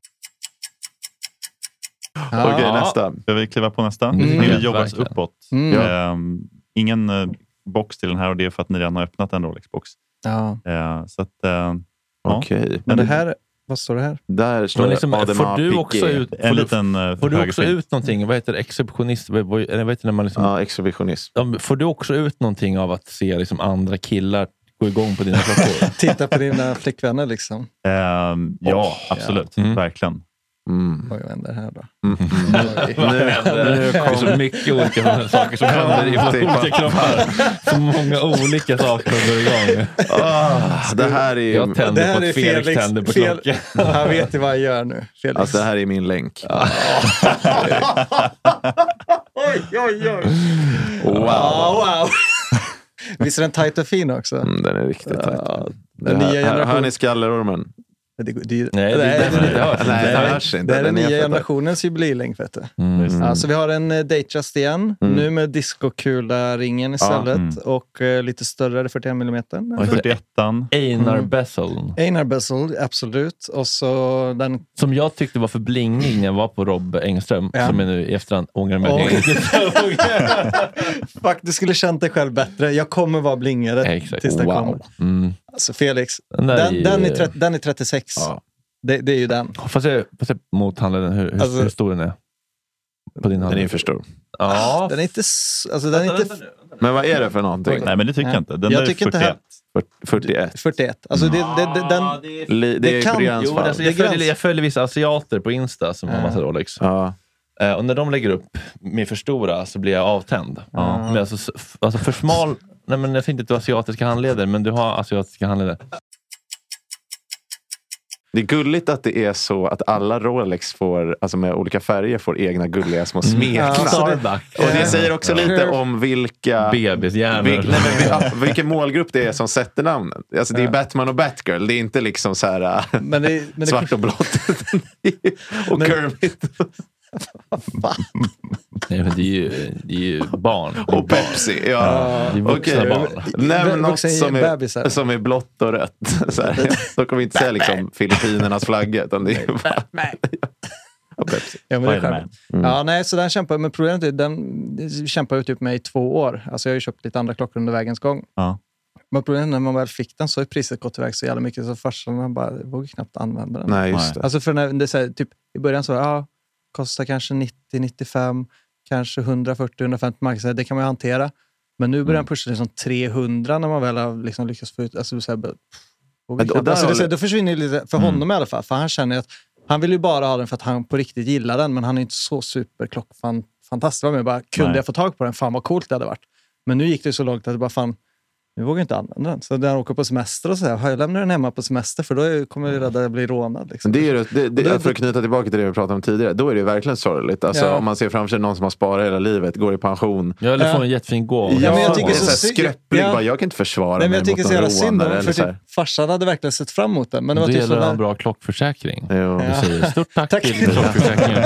Ja. Okej, nästa. Ska vi kliva på nästa? Mm. Nu Mm. jobbas Verkligen. uppåt. Mm. Ehm, ingen eh, box till den här och det är för att ni redan har öppnat en Rolex-box. Ja. Eh, så att, eh, ja. Okej. Men det här, vad står det här? Där står Men det liksom, Audemars får du också Piguet. ut, får En du, liten eh, får du också högerfilm. ut någonting? Vad heter det? Exhibitionist? Vad, vad, eller vad heter det när man liksom, Ja, exhibitionist. Ja, får du också ut någonting av att se liksom andra killar gå igång på dina klockor? Titta på dina flickvänner liksom. Ehm, ja, absolut. Mm. Verkligen. Mm. Oj, vad händer här då? Mm. Oj. Nu, det är så mycket olika saker som händer i olika kroppar. Så många olika saker som går igång. Ah, det här är Jag ju... Det tänder här på är att Felix Felix. tänder på Fel, klockan. han vet ju vad han gör nu. Felix. Alltså det här är min länk. Oj, oj, oj. Wow. Wow, wow. Visst är den tajt och fin också? Mm, den är riktigt tajt. Ja, Det den här, nya här, hör generationen. ni skallerormen? Det, det, det, Nej, det är därför det inte hörs. Nej, det det här- hörs inte. det här är den Den är nya för tajt. generationens jubileilänk, vet du. Mm. Alltså vi har en uh, Datejust igen, Mm. nu med discokula-ringen istället mm. och uh, lite större fyrtioen millimeter. fyrtioettan. Einar Mm. Bezel. Einar Bezel, absolut. Och så den... Som jag tyckte var för blingig när jag var på Rob Engström. Ja. Som jag nu i efterhand ångrar mig. Oj. Fuck, du skulle känt dig själv bättre. Jag kommer vara blingare Exakt. tills den Wow. kommer. Mm. Alltså Felix, Den där den, är- den, är trettio, den är trettiosex. Ja. Det, det är ju den. Får se, får se mot handleden hur, hur, Alltså- hur stor den är. På din hand. Den är för stor. Ja. Den är inte... s- Alltså den är Vänta, inte vänta nu. Men vad är det för någonting? Nej, men det tycker Nej. jag inte. Den Jag där tycker är inte fyrtioett. fyrtioett. fyrtioett. Alltså det, det, det, den... Ja, det är- Li- Det, Det är kan- på Jo, gränsfall. alltså, Det är jag, följer, gräns. jag följer vissa asiater på Insta som har Ja. massa Rolex. Ja. Eh, och när de lägger upp med för stora så blir jag avtänd. Ja. Men alltså, s- f- alltså för smal... Nej, men jag tänkte inte att du har asiatiska handleder, men du har asiatiska handleder. Det är gulligt att det är så att alla Rolex får, alltså med olika färger får egna gulliga små smeknamn. Ja, så det- Starbuck. Och det säger också lite om vilka... Bebishjärnor. Vil, nej, men, vil- ja, vilken målgrupp det är som sätter namnen. Alltså det är Ja. Batman och Batgirl. Det är inte liksom så här äh, Men det, men det, svart och blått. och Men- Kermit. Nej, men det är ju, det är ju barn. Det är Och Pepsi, ja. Det är vuxna Okej, barn. nämn något Vuxna som är, bebisar. som är blått och rött. Så här. Då kommer vi inte säga liksom Filippinernas flagga, utan det är bara... Ja, Pepsi. Ja, men det är Spider-Man. skönt. Ja, nej, så den kämpar, men problemet är den kämpar jag typ med i två år. Alltså jag har ju köpt lite andra klockor under vägens gång. Ja. Men problemet är när man väl fick den så är priset gått iväg så jävla mycket så farsan bara vågar knappt använda den. Nej, just Nej. det. Alltså för när det är så här, typ i början så ja, kostar kanske nittio nittiofem, kanske hundrafyrtio till hundrafemtio mark, så här, det kan man ju hantera. Men nu börjar den pusha liksom trehundra när man väl har liksom lyckats få ut, alltså så här, pff, Men då- knappt- där alltså, har det, så här, du- då försvinner det lite för honom i alla fall, för han känner att han vill ju bara ha den för att han på riktigt gillar den, men han är inte så superklockfantast. Var med bara, kunde Nej. jag få tag på den? Fan vad coolt det hade varit. Men nu gick det så långt att det bara fan, nu vågar jag inte använda den. Så när han åker på semester och så här, jag lämnar den hemma på semester för då är- kommer jag rädda att bli rånad. Liksom. Men det är ju, det, det, det- för att knyta tillbaka till det vi pratade om tidigare, då är det ju verkligen sorgligt. Alltså, Ja. om man ser framför sig någon som har sparat hela livet, går i pension. Jag eller Ja. får en jättefin gåva. Ja, men jag tycker det är så så här sy- skröplig, ja. bara, jag kan inte försvara Nej, men mig jag tycker mot så jävla någon synd om rånare. för Eller så typ, här. farsan hade verkligen sett fram emot den. Men det var Det typ gäller att ha en sådär, bra klockförsäkring. Jo. Du säger stort tack, Tack. till klockförsäkringen.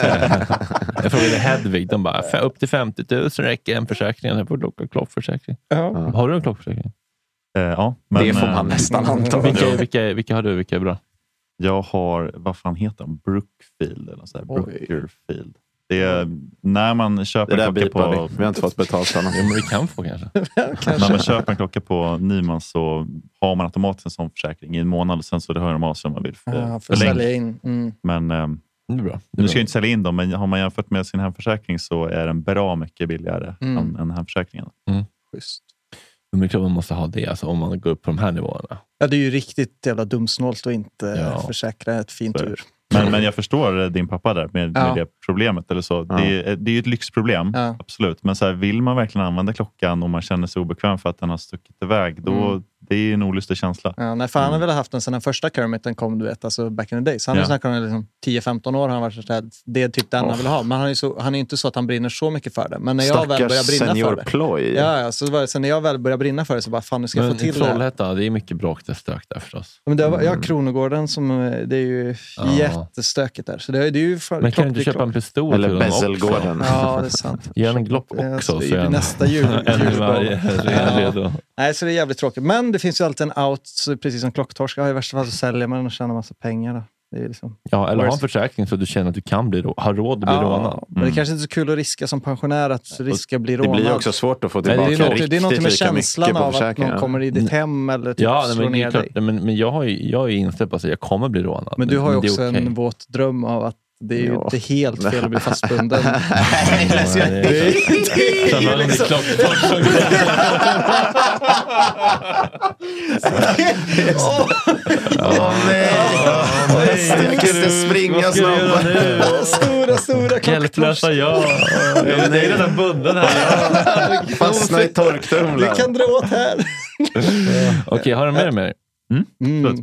Jag frågade Hedvig, de bara, "F- upp till femtio tusen räcker en försäkring. Jag får klockförsäkring. ja. Har du en klockförsäkring? Eh, ja, men, Det får man eh, nästan anta. Vilka, vilka, vilka har du? Vilka är bra? Jag har, vad fan heter de? Brookfield eller så här, Oj. Brookerfield. Det är när man Det köper där en klocka bipar på... vi. Vi har inte fått betalt för Ja, honom. men vi kan få kanske. När man köper en klocka på Nyman så har man automatiskt en sån försäkring i en månad och sen så hör de av sig om man vill för, Ja, för att förlänga. sälja in. Mm. Men eh, Det är bra. Det är nu bra. ska jag inte sälja in dem, men har man jämfört med sin hemförsäkring så är den bra mycket billigare Mm. än, än hemförsäkringen. Schysst. Men det är klart man måste ha det alltså, om man går upp på de här nivåerna. Ja, det är ju riktigt jävla dumsnålt att inte Ja. försäkra ett fint Så är det. ur. Men, men jag förstår din pappa där med, Ja. med det problemet. Eller så. Ja. Det, är, det är ju ett lyxproblem, Ja. absolut. Men så här, vill man verkligen använda klockan och man känner sig obekväm för att den har stuckit iväg, då Mm. det är en olustig känsla. Ja, nej, för han har väl haft den sedan den första Kermiten kom, du vet, alltså back in the days. Han har Ja. snackat om det liksom tio femton år, han har varit så här, det är typ den han vill ha. Men han är ju så, han är inte så att han brinner så mycket för det. Men när jag väl börjar Stackars brinna senior för det. ploj. Ja, ja, så var det, sen när jag väl börjar brinna för det så bara, fan nu ska jag Men få till i det här. Trollhättan, det är mycket bråkstök där förstås. Men det var, ja, Kronogården, som, det är ju Ja. jättestökigt där. Så det, är- det är ju för, Men kan du inte klock- köpa en pistol Eller till honom Bezelgården. också? Ja, det är sant. Ge en Glock Ja, också. så det så är är ju en- nästa jul. en i julbana. varje redan redo. Nej, så det är jävligt tråkigt. Men det finns ju alltid en out, så precis som klocktorsk. Ja, i värsta fall så säljer man den och tjänar massa pengar. Då. Det är liksom... Ja, eller ha en Worst. försäkring så att du känner att du kan bli, rå- ha råd att bli rånad. men det kanske inte är så kul att riska som pensionär att riska bli Det rånad. blir också svårt att få Nej, tillbaka det, är något, riktigt det är något med lika känslan mycket på av att någon försäkringen. kommer i ditt hem eller typ Ja, nej, slår men, det är ner klart, dig. nej, men, men jag har ju, jag är inställd på att jag kommer bli rånad. Men du har ju det är också okej. en våt dröm av att det är ju Ja. inte helt fel att bli fastbunden. Ja, det är- Sen har de liksom- klocktorsk. Åh nej! Jag kan inte springa Vad ska jag göra snabbare. nu? Stora, stora klocktorsk. Hjälplösa jag. Jag är redan bunden här. Fastna i Vi torktumlaren. kan dra åt här. Okej, har du med dig mer? Mm.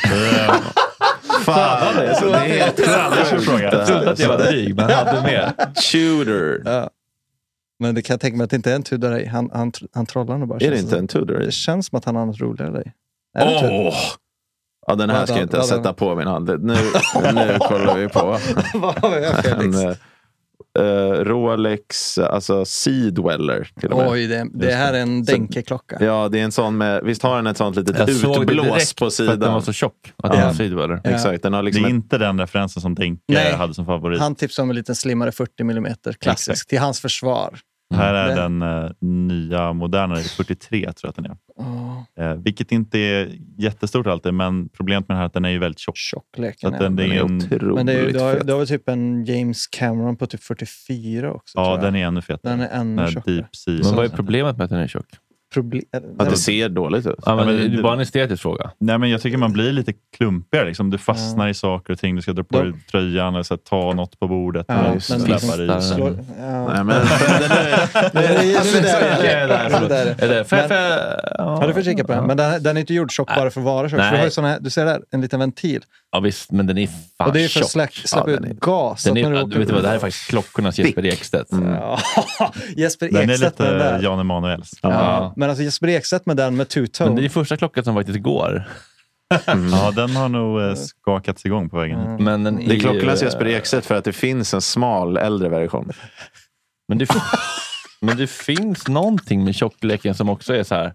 Fan, det är så det är helt sjukt. Jag trodde att jag var dryg, men hade mer. Tudor. Ja. Men det kan jag tänka mig att det inte är en Tudor. Han, han, han trollar nog bara. Är det Känns inte en Tudor? Det känns som att han har något roligare dig. Är det en Tudor? Åh! Ja, den här Vad ska jag inte vad sätta på min hand. Nu, nu kollar vi på. Vad har jag, Felix? En uh, Rolex, alltså Sea Dweller till och med. Oj, det, det här är en Denke-klocka. Ja, det är en sån med, visst har den ett sånt litet Jag såg det utblås direkt på för att den var sidan? så tjock. Att det Ja. var en sido, eller? Ja. Exakt, den har Det liksom är ett, inte den referensen som Denke Nej. hade som favorit. Han tipsade om en liten slimmare fyrtio millimeter. Klassisk. Exakt. Till hans försvar. Här är Det- den eh, nya, modernare fyrtiotre tror jag att den är. Oh, Eh, vilket inte är jättestort alltid, men problemet med den här är att den är ju väldigt tjock. Så tjockleken. att den, det den är är en, otroligt Men det är, du, har, fet. du har väl typ en James Cameron på typ fyrtiofyra också. ja, tror jag. den är ännu fetare. Den är ännu Den här tjockare. Deep Sea. Men vad är problemet med att den är tjock? Problem... Att det ser dåligt ut. Ja, men men det är det- bara en estetisk fråga. Nej, men jag tycker man blir lite klumpigare. Liksom. Du fastnar i saker och ting. Du ska dra på Då- dig tröjan eller så här, ta något på bordet. Ja, och just men det. släpar liksom- i. Slår, ja. Nej, men den är, Det är- det är där, Jag är där, det är där. Är det? Får jag- Men- får jag- Ja, du får kika på den. Men den, den är inte gjord tjock bara för att vara tjock. Nej. Du, har ju såna här, du ser där, en liten ventil. Ja, visst, men den är fan Och det är för att tjock. släpp, släppa Ja, ut den är- gas. Den att när är, du du åker- vet du vad, det här är faktiskt klockornas Jesper Ekstedt. Ja, Jesper Den är Ekstedt med den lite där. Jan Emanuels. Ja. Ja. Men alltså Jesper Ekstedt med den med Men two-tone. det är första klockan som faktiskt går. Mm. Ja, den har nog eh, skakats igång på vägen. Mm. Men den Det är klockornas ju, Jesper Ekstedt för att det finns en smal äldre version. Men det, men det finns någonting med tjockleken som också är så här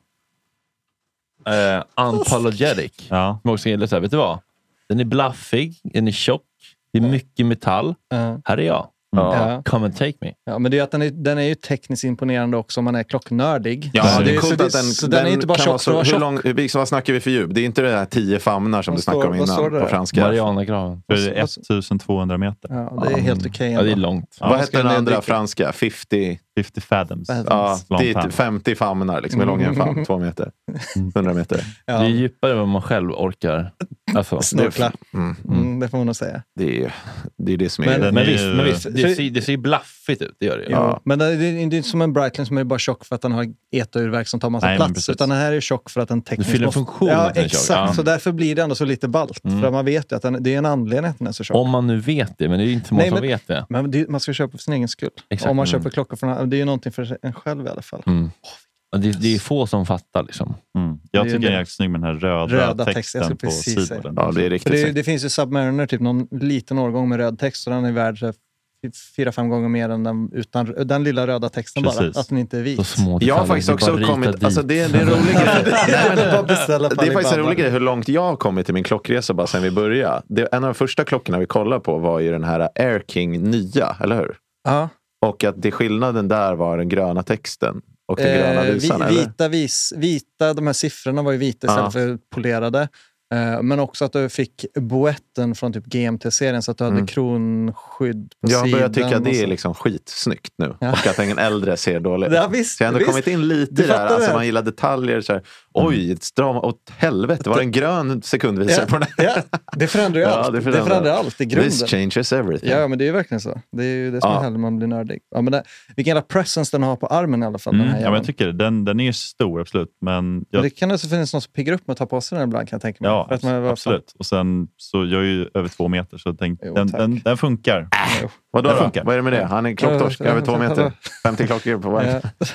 uh, unapologetic. Ja. Som också gäller så här, vet du vad? Den är bluffig, den är tjock, det är mycket metall. Uh. Här är jag. Ja. Come and take me. Ja, men det är att den är, den är ju tekniskt imponerande också om man är klocknördig. Ja, så det är så coolt det, att den, så den är inte bara kan tjock vara för att vara så, hur tjock. lång, hur, vad snackar vi för djup? Det är inte det här tio famnar som Vad du snackade står- om vad står innan det på där? franska. Marianagraven. För det är ettusentvåhundra meter. Ja, det är helt okej. Ja, det är långt. Vad hette den skulle andra dyka- franska? femtio? femtio fathoms. Ja, Long det är time. femtio famnar. Liksom. Hur lång är en famn? Två meter? hundra meter? Ja. Det är djupare än vad man själv orkar. Alltså. Snorkla. Mm. Mm, det får man nog säga. Det är det, är det som är... Men- Den Men är visst, ju- men visst det, För- ser, det ser blaffigt ut. Det gör det ju. Jo, men det är, det är inte som en Breitling som är bara tjock för att den har etaurverk som tar massa Nej, men plats. precis. Utan den här är tjock för att den tekniskt fyller en måste... funktion Ja, att den är tjock. exakt. Ja. Så därför blir det ändå så lite ballt. Mm. För man vet ju att den, det är en anledning att den är så tjock. Om man nu vet det, men det är inte så många Nej, som men- vet det. Men det, man ska köpa för sin egen skull. Exakt. Om man Mm. köper klockor från... Det är ju någonting för en själv i alla fall. Mm. Och Det, det är få som fattar liksom. Mm. Jag Det är tycker ju den är det. jäkligt snygg med den här röda, Röda text, texten jag skulle på precis säga. sidborden. Ja, det är För riktigt det, snyggt. det finns ju Submariner, typ någon liten årgång med röd text. Och den är värd så här fyra, fem gånger mer än den, utan, den lilla röda texten Precis. bara. Att den inte är vit. Så små Jag har detaljer, faktiskt det är också bara rita kommit... dit. Alltså det, det är en rolig grej. Nej, men Det är bara att beställa på det är faktiskt en Alibaba. rolig grej hur långt jag har kommit i min klockresa bara sen vi började. Det, en av de första klockorna vi kollade på var ju den här Air King nya, eller hur? Ja. Och att det skillnaden där var den gröna texten och den gröna Eh, visan, vi, eller? vita, vis, vita, de här siffrorna var ju vita istället Ja. för polerade. Eh, men också att du fick boetten från typ G M T-serien så att du hade Mm. kronskydd på Jag sidan. börjar tycka och det är så. liksom skitsnyggt nu. Ja. Och att en äldre ser dåligt. Ja, visst, så jag har ändå visst. kommit in lite Du i det här. fattar Alltså det. man gillar detaljer. Så här, oj, ett drama. Åt helvete, var det en grön sekundvisare på den här? Ja, det förändrar ju Ja, allt. det Det förändrar. förändrar, allt i grunden. This changes everything. Ja, men det är ju verkligen så. Det är ju det som Ja. är härligt, man blir nördig. Ja, men det, vilken jävla presence den har på armen i alla fall. Mm. Den här Ja, men jäveln. jag tycker det. Den, den är stor, absolut. Men Men jag, det kan också finnas någon som piggar upp med att ta på sig den ibland, kan jag tänka mig. ja, För att man, absolut. Och sen så jag är ju över två meter så jag tänkte, Jo, den, tack. den, den funkar. Vadå Det då? funkar. Vad är det med det? Han är klocktorsk, Ja, över två ja, meter. ja. femtio klockor på varje. Ja.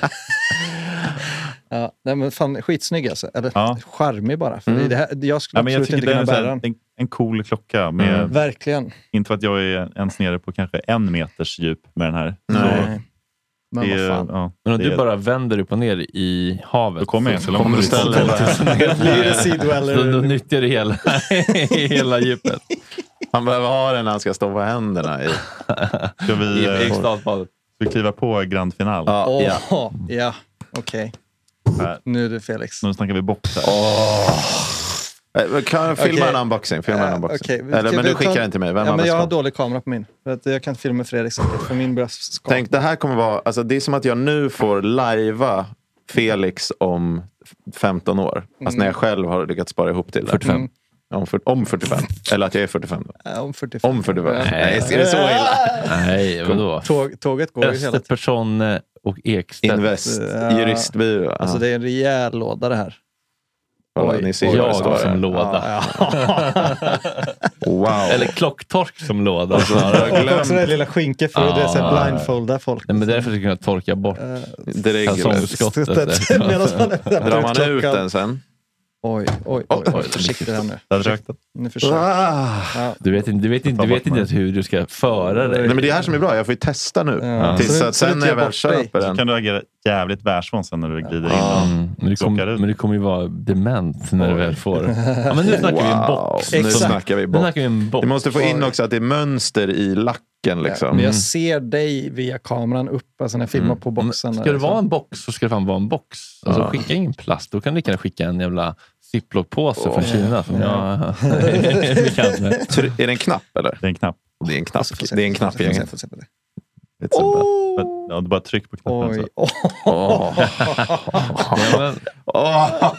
Ja, nej, men fan, skitsnygg alltså. Eller Ja. charmig bara. För Mm. det här, jag skulle Ja, men jag absolut tycker inte det är kunna en, bära den. en, en cool klocka. Med, Mm. Verkligen. Inte för att jag är ens nere på kanske en meters djup med den här. Nej. Nej. Men Det vad är, fan. ja, Men om det du är- bara vänder upp och ner i havet. Då kommer jag. så Så långt kommer du du ställa ställer dig. Blir det Sea Dweller? Så då nyttjar du hela, hela djupet. Han behöver ha den när han ska stå på händerna i. Ska vi, I eh, Eriksdalsbadet. ska vi kliva på grand final? Ja, Åh, ja. ja. Okej. Här. Nu är det Felix. Nu snackar vi box här. Eh, Kan jag filma Okej. en unboxing? Filma en Eh, unboxing. okej. Eller, Ska men vi du skickar ta- den till mig. Vem Ja, har men jag har bäst koll? dålig kamera på min. För att jag kan inte filma med Fredrik säkert, för min bröst ska. Tänk, det här kommer vara, alltså det är som att jag nu får lajva Felix om femton år. Alltså när jag själv har lyckats spara ihop till det. fyrtiofem. Mm. Om, för, om fyrtiofem. Eller att jag är fyrtiofem då. Ja, om fyrtiofem. Om fyrtiofem. Ja. Nej, är det så illa? Nej, vadå? Tåg, tåget går ju hela tiden. Österpersson och Ekstedt. Invest, Ja. juristbyrå. Alltså det är en rejäl låda det här. Kolla, oj, ni ser oj, vad det Jag står som här. låda. Wow. Eller klocktorsk som låda. Och glöm- också det här lilla skinke för att Ja. det är så här blindfolda folk. Nej, men därför ska jag kunna torka bort Eh, Dreglet. kalsongskottet. Medan man öppnar Drar man ut klockan. den sen? Oj, oj, oj. oj. Försiktigt här nu. Jag försökt. Nu försöker Ah. ja. Du vet inte, du vet inte, du vet inte ens hur du ska föra dig. Nej, men det är det här som är bra. Jag får ju testa nu. Ja. Tills Så- att så du sen när jag tar väl bort dig. köper den. Kan du agera jävligt bärsvån sen när du glider in? Ja. Mm, men, det kommer, Plockar ut. men det kommer ju vara dement när du väl får. Ja, men nu snackar vi en box. Nu Exakt. snackar vi Nu box. snackar vi en box. Vi måste få in också att det är mönster i lacken liksom. Men jag ser dig via kameran upp, alltså när jag filmar på boxen. Ska det vara en box så ska det fan vara en box. Alltså Ja. skicka ingen plast. Då kan du lika gärna skicka en jävla ziplock-påse från Kina som jag är bekant med. Try- Är det en knapp eller? Det är en knapp. Det är en knapp. Får se, Det är en får knapp se, gäng. får se, får se på det. It's a bad- Oh! Ja, du bara tryck på knappen. Oj. Så. Oh. Ja, men, Åh.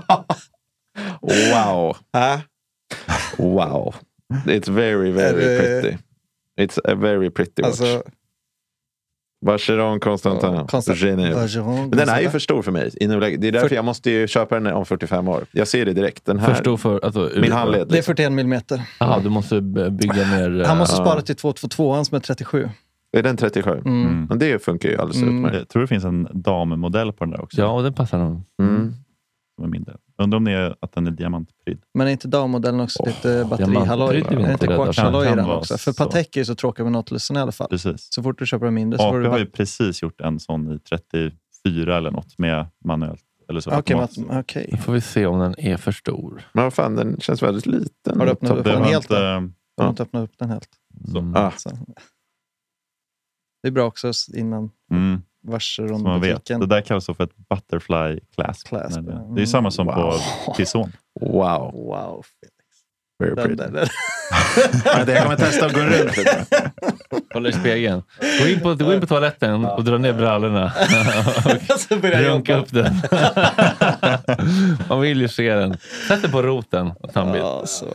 Wow. Äh? Wow. It's very, very Är det- pretty. It's a very pretty watch. Alltså, Vacheron Constantin. Konstant- Genève. Vacheron, Men den är ju Constantin. för stor för mig i nuläget. Det är därför För- jag måste ju köpa den om fyrtiofem år. Jag ser det direkt. Den här, förstå för... Alltså, min handled. Det är fyrtioen millimeter. Jaha, du måste b- bygga ner... Han måste Ja. spara till tvåhundratvåan som är trettiosju. Är den trettiosju? Mm. Men det funkar ju alldeles Mm. utmärkt. Jag tror det finns en dammodell på den där också. Ja, och den passar nog. Mm. som är mindre. Undrar om det är att den är diamantprydd. Men är inte damodellen också oh, lite batterihalloj? Är det inte kvartshalloj i den också? För så. Patek är ju så tråkig med Nautilusen i alla fall. Precis. Så fort du köper en mindre så A P får du... har ju precis gjort en sån i trettiofyra eller något med manuellt. Eller så. Okej, okay, okay. Då får vi se om den är för stor. Men vad fan, den känns väldigt liten. Har du öppnat upp den helt? Inte, Har du inte öppnat upp den helt? Mm. Ah. Så. Det är bra också innan mm. Vacheron-butiken. Det där kallas för ett butterfly clasp. clasp. Det, det är samma som wow. på Pison. Wow. Wow, Felix. Very den, pretty. den, den. Ja, det kommer testa att gå runt lite. Håller i spegeln. Gå in på, gå in på toaletten och dra ner brallorna. Och runka upp den. Man vill ju se den. Sätt den på roten och ta en bild. Ja, så.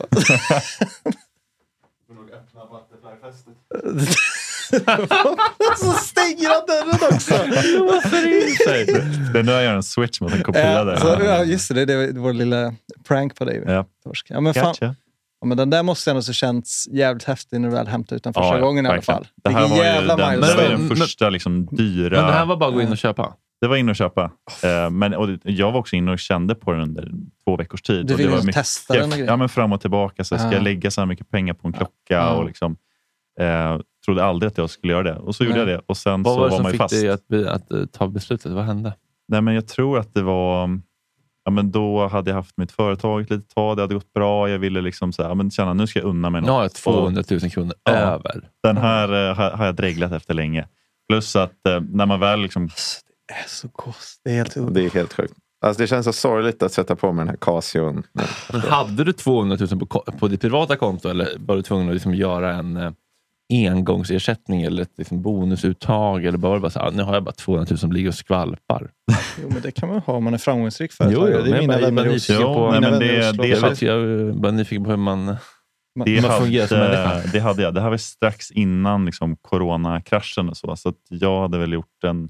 Så stänger han dörren också. Det är nu jag gör en switch mot en kopia där. Ja, så, ja, just det, det är vår lilla prank på dig. Ja. Ja, men fan. Gotcha. Ja, men den där måste ändå så känts jävligt häftig när du väl hämtade ut den första ja, gången verkligen. i alla fall. Det här Vilken var ju jävla den, det var den första liksom, dyra... Men det här var bara att gå in och köpa. Det var in och köpa. Uh, men, och jag var också inne och kände på den under två veckors tid. Du och det ville var mycket, testa den och grejer. Ja, men fram och tillbaka. Så uh. ska jag lägga så här mycket pengar på en klocka? Uh. Och liksom, uh, trodde aldrig att jag skulle göra det. Och så gjorde Nej. jag det. Och sen Vad så var det var som man ju fick fast. dig att, att, att ta beslutet? Vad hände? Nej, men jag tror att det var... Ja, men då hade jag haft mitt företag ett litet tag. Det hade gått bra. Jag ville liksom så här, ja, men känna, nu ska jag unna mig något. Nu har jag tvåhundratusen kronor ja, över. Den här uh, har, har jag dreglat efter länge. Plus att uh, när man väl liksom... Det är så kost. Det är helt Det är helt sjukt. Alltså det känns så sorgligt att sätta på med den här Casio. Men hade du tvåhundratusen på, på ditt privata konto eller var du tvungen att liksom göra en eh, engångsersättning eller ett liksom, bonusuttag eller bara, bara så här, nu har jag bara tvåhundratusen som ligger och skvalpar? Jo, men det kan man ha om man är framgångsrik företag. Jo, jo, det är mina vänner hos på, nej, men det, det, det, jag, vet, jag är bara nyfiken på hur man, det man fungerar som människa. Det hade jag. Det här var strax innan liksom, coronakraschen och så. Så att jag hade väl gjort en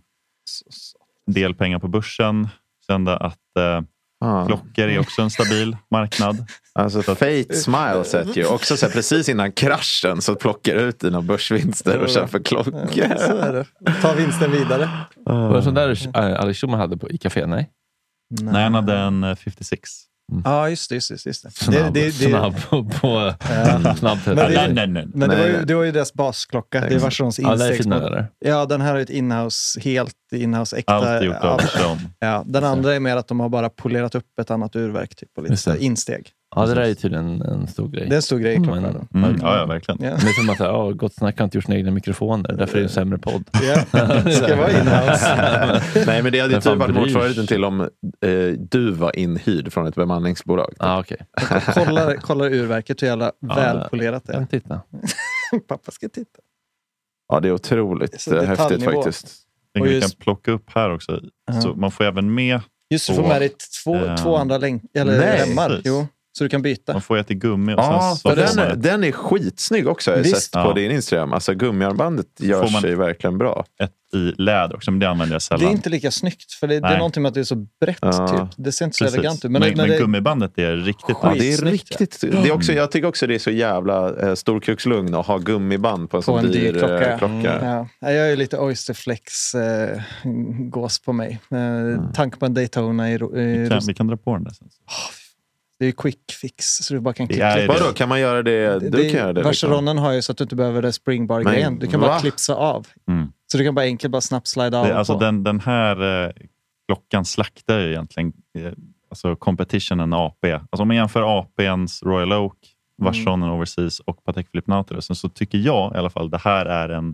del pengar på börsen. Kände att eh, ah. klockor är också en stabil marknad. Alltså Fate Smile sett ju också så här, precis innan kraschen så plockar ut dina börsvinster och köper klockor. Ja, så är det. Ta vinsten vidare. Uh. Var det sån där uh, Alex Schulman hade på, i café? Nej? Nej, Nej han hade en uh, femtiosex. Mm. Ja, just det. Just det, just det. Snabb, det, det, det snabb på, på ja. snabbhet. Men, det, nej, nej, nej. men det, var ju, det var ju deras basklocka. Det är Varssons instegsmodell. Ja, den här är ett inhouse, helt inhouse äkta. Allt gjort av dem. Ja, den andra är mer att de har bara polerat upp ett annat urverk typ, och lite insteg. Ja, det där är tydligen en stor grej. Det är en stor grej i klockan. Mm, mm, ja, ja, verkligen. Ja. Det är som att ja, Gott Snack har inte gjort sina egna mikrofoner. Därför är det en sämre podd. Ja, det ska vara inhouse. Nej, men det hade ju typ varit motsvarigheten till om eh, du var inhyrd från ett bemanningsbolag. Typ. Ah, okay. Kollar, kollar urverket hur jävla ja, välpolerat det är. Titta. Pappa ska titta. Ja, det är otroligt det är häftigt faktiskt. Jag vi kan plocka upp här också. Uh-huh. Så man får även med... Just det, får med dig två, uh, två andra länk, eller remmar. Jo. Så du kan byta. Man får ett i gummi. Och ja, sen den, är, den är skitsnygg också. Jag har sett ja. på din Instagram. Alltså gummiarmbandet gör sig verkligen bra. Ett i läder också, men det använder jag sällan. Det är inte lika snyggt. För det, det är någonting med att det är så brett. Ja. Typ. Det ser inte så Precis. elegant ut. Men, men, men, men det, gummibandet är riktigt ja, det är riktigt. Det är också, jag tycker också det är så jävla eh, storkukslugn att ha gummiband på en sån dyr klocka. klocka. Mm. Ja. Jag är ju lite Oysterflex eh, gås på mig. Eh, mm. Tank på en Daytona i, i vi, kan, vi kan dra på den där sen. Oh, det är quick fix så du bara kan klippa. Vadå, kan man göra det? Du det, kan göra det. Vacheronen har ju så att du inte behöver det springbar-grejen. Du kan va? bara klipsa av. Mm. Så du kan bara enkelt bara snabbt slida av. Det, alltså den, den här eh, klockan slaktar ju egentligen eh, alltså competitionen A P. Alltså om man jämför A P:ns Royal Oak, Vacheronen mm. Overseas och Patek Philippe Nautilus, så tycker jag i alla fall det här är en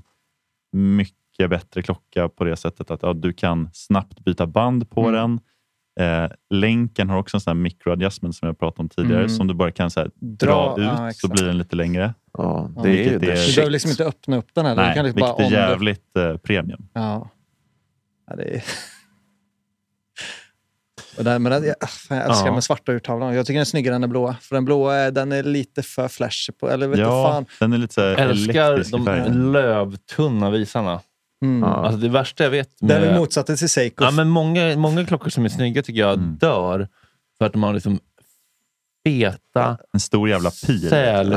mycket bättre klocka på det sättet att ja, du kan snabbt byta band på mm. den. Eh, länken har också en sån här micro-adjustment som jag pratade om tidigare mm. som du bara kan så här, dra, dra ut ah, så blir den lite längre. Ja, det är ju det. Du behöver liksom inte öppna upp den här. Nej, du kan liksom vilket bara är jävligt eh, premium. Ja. Ja, det är... Och där, men jag, jag älskar ja. med svarta urtavlan. Jag tycker den är snyggare än den blåa. För den blåa den är lite för flashy på. Eller vet ja, fan. Den är lite så jag älskar de färg. lövtunna visarna. Mm. Alltså det värsta jag vet med... Det är motsatsen till Seiko. Ja, men många, många klockor som är snygga tycker jag mm. dör för att de har liksom feta en stor jävla pil. Säl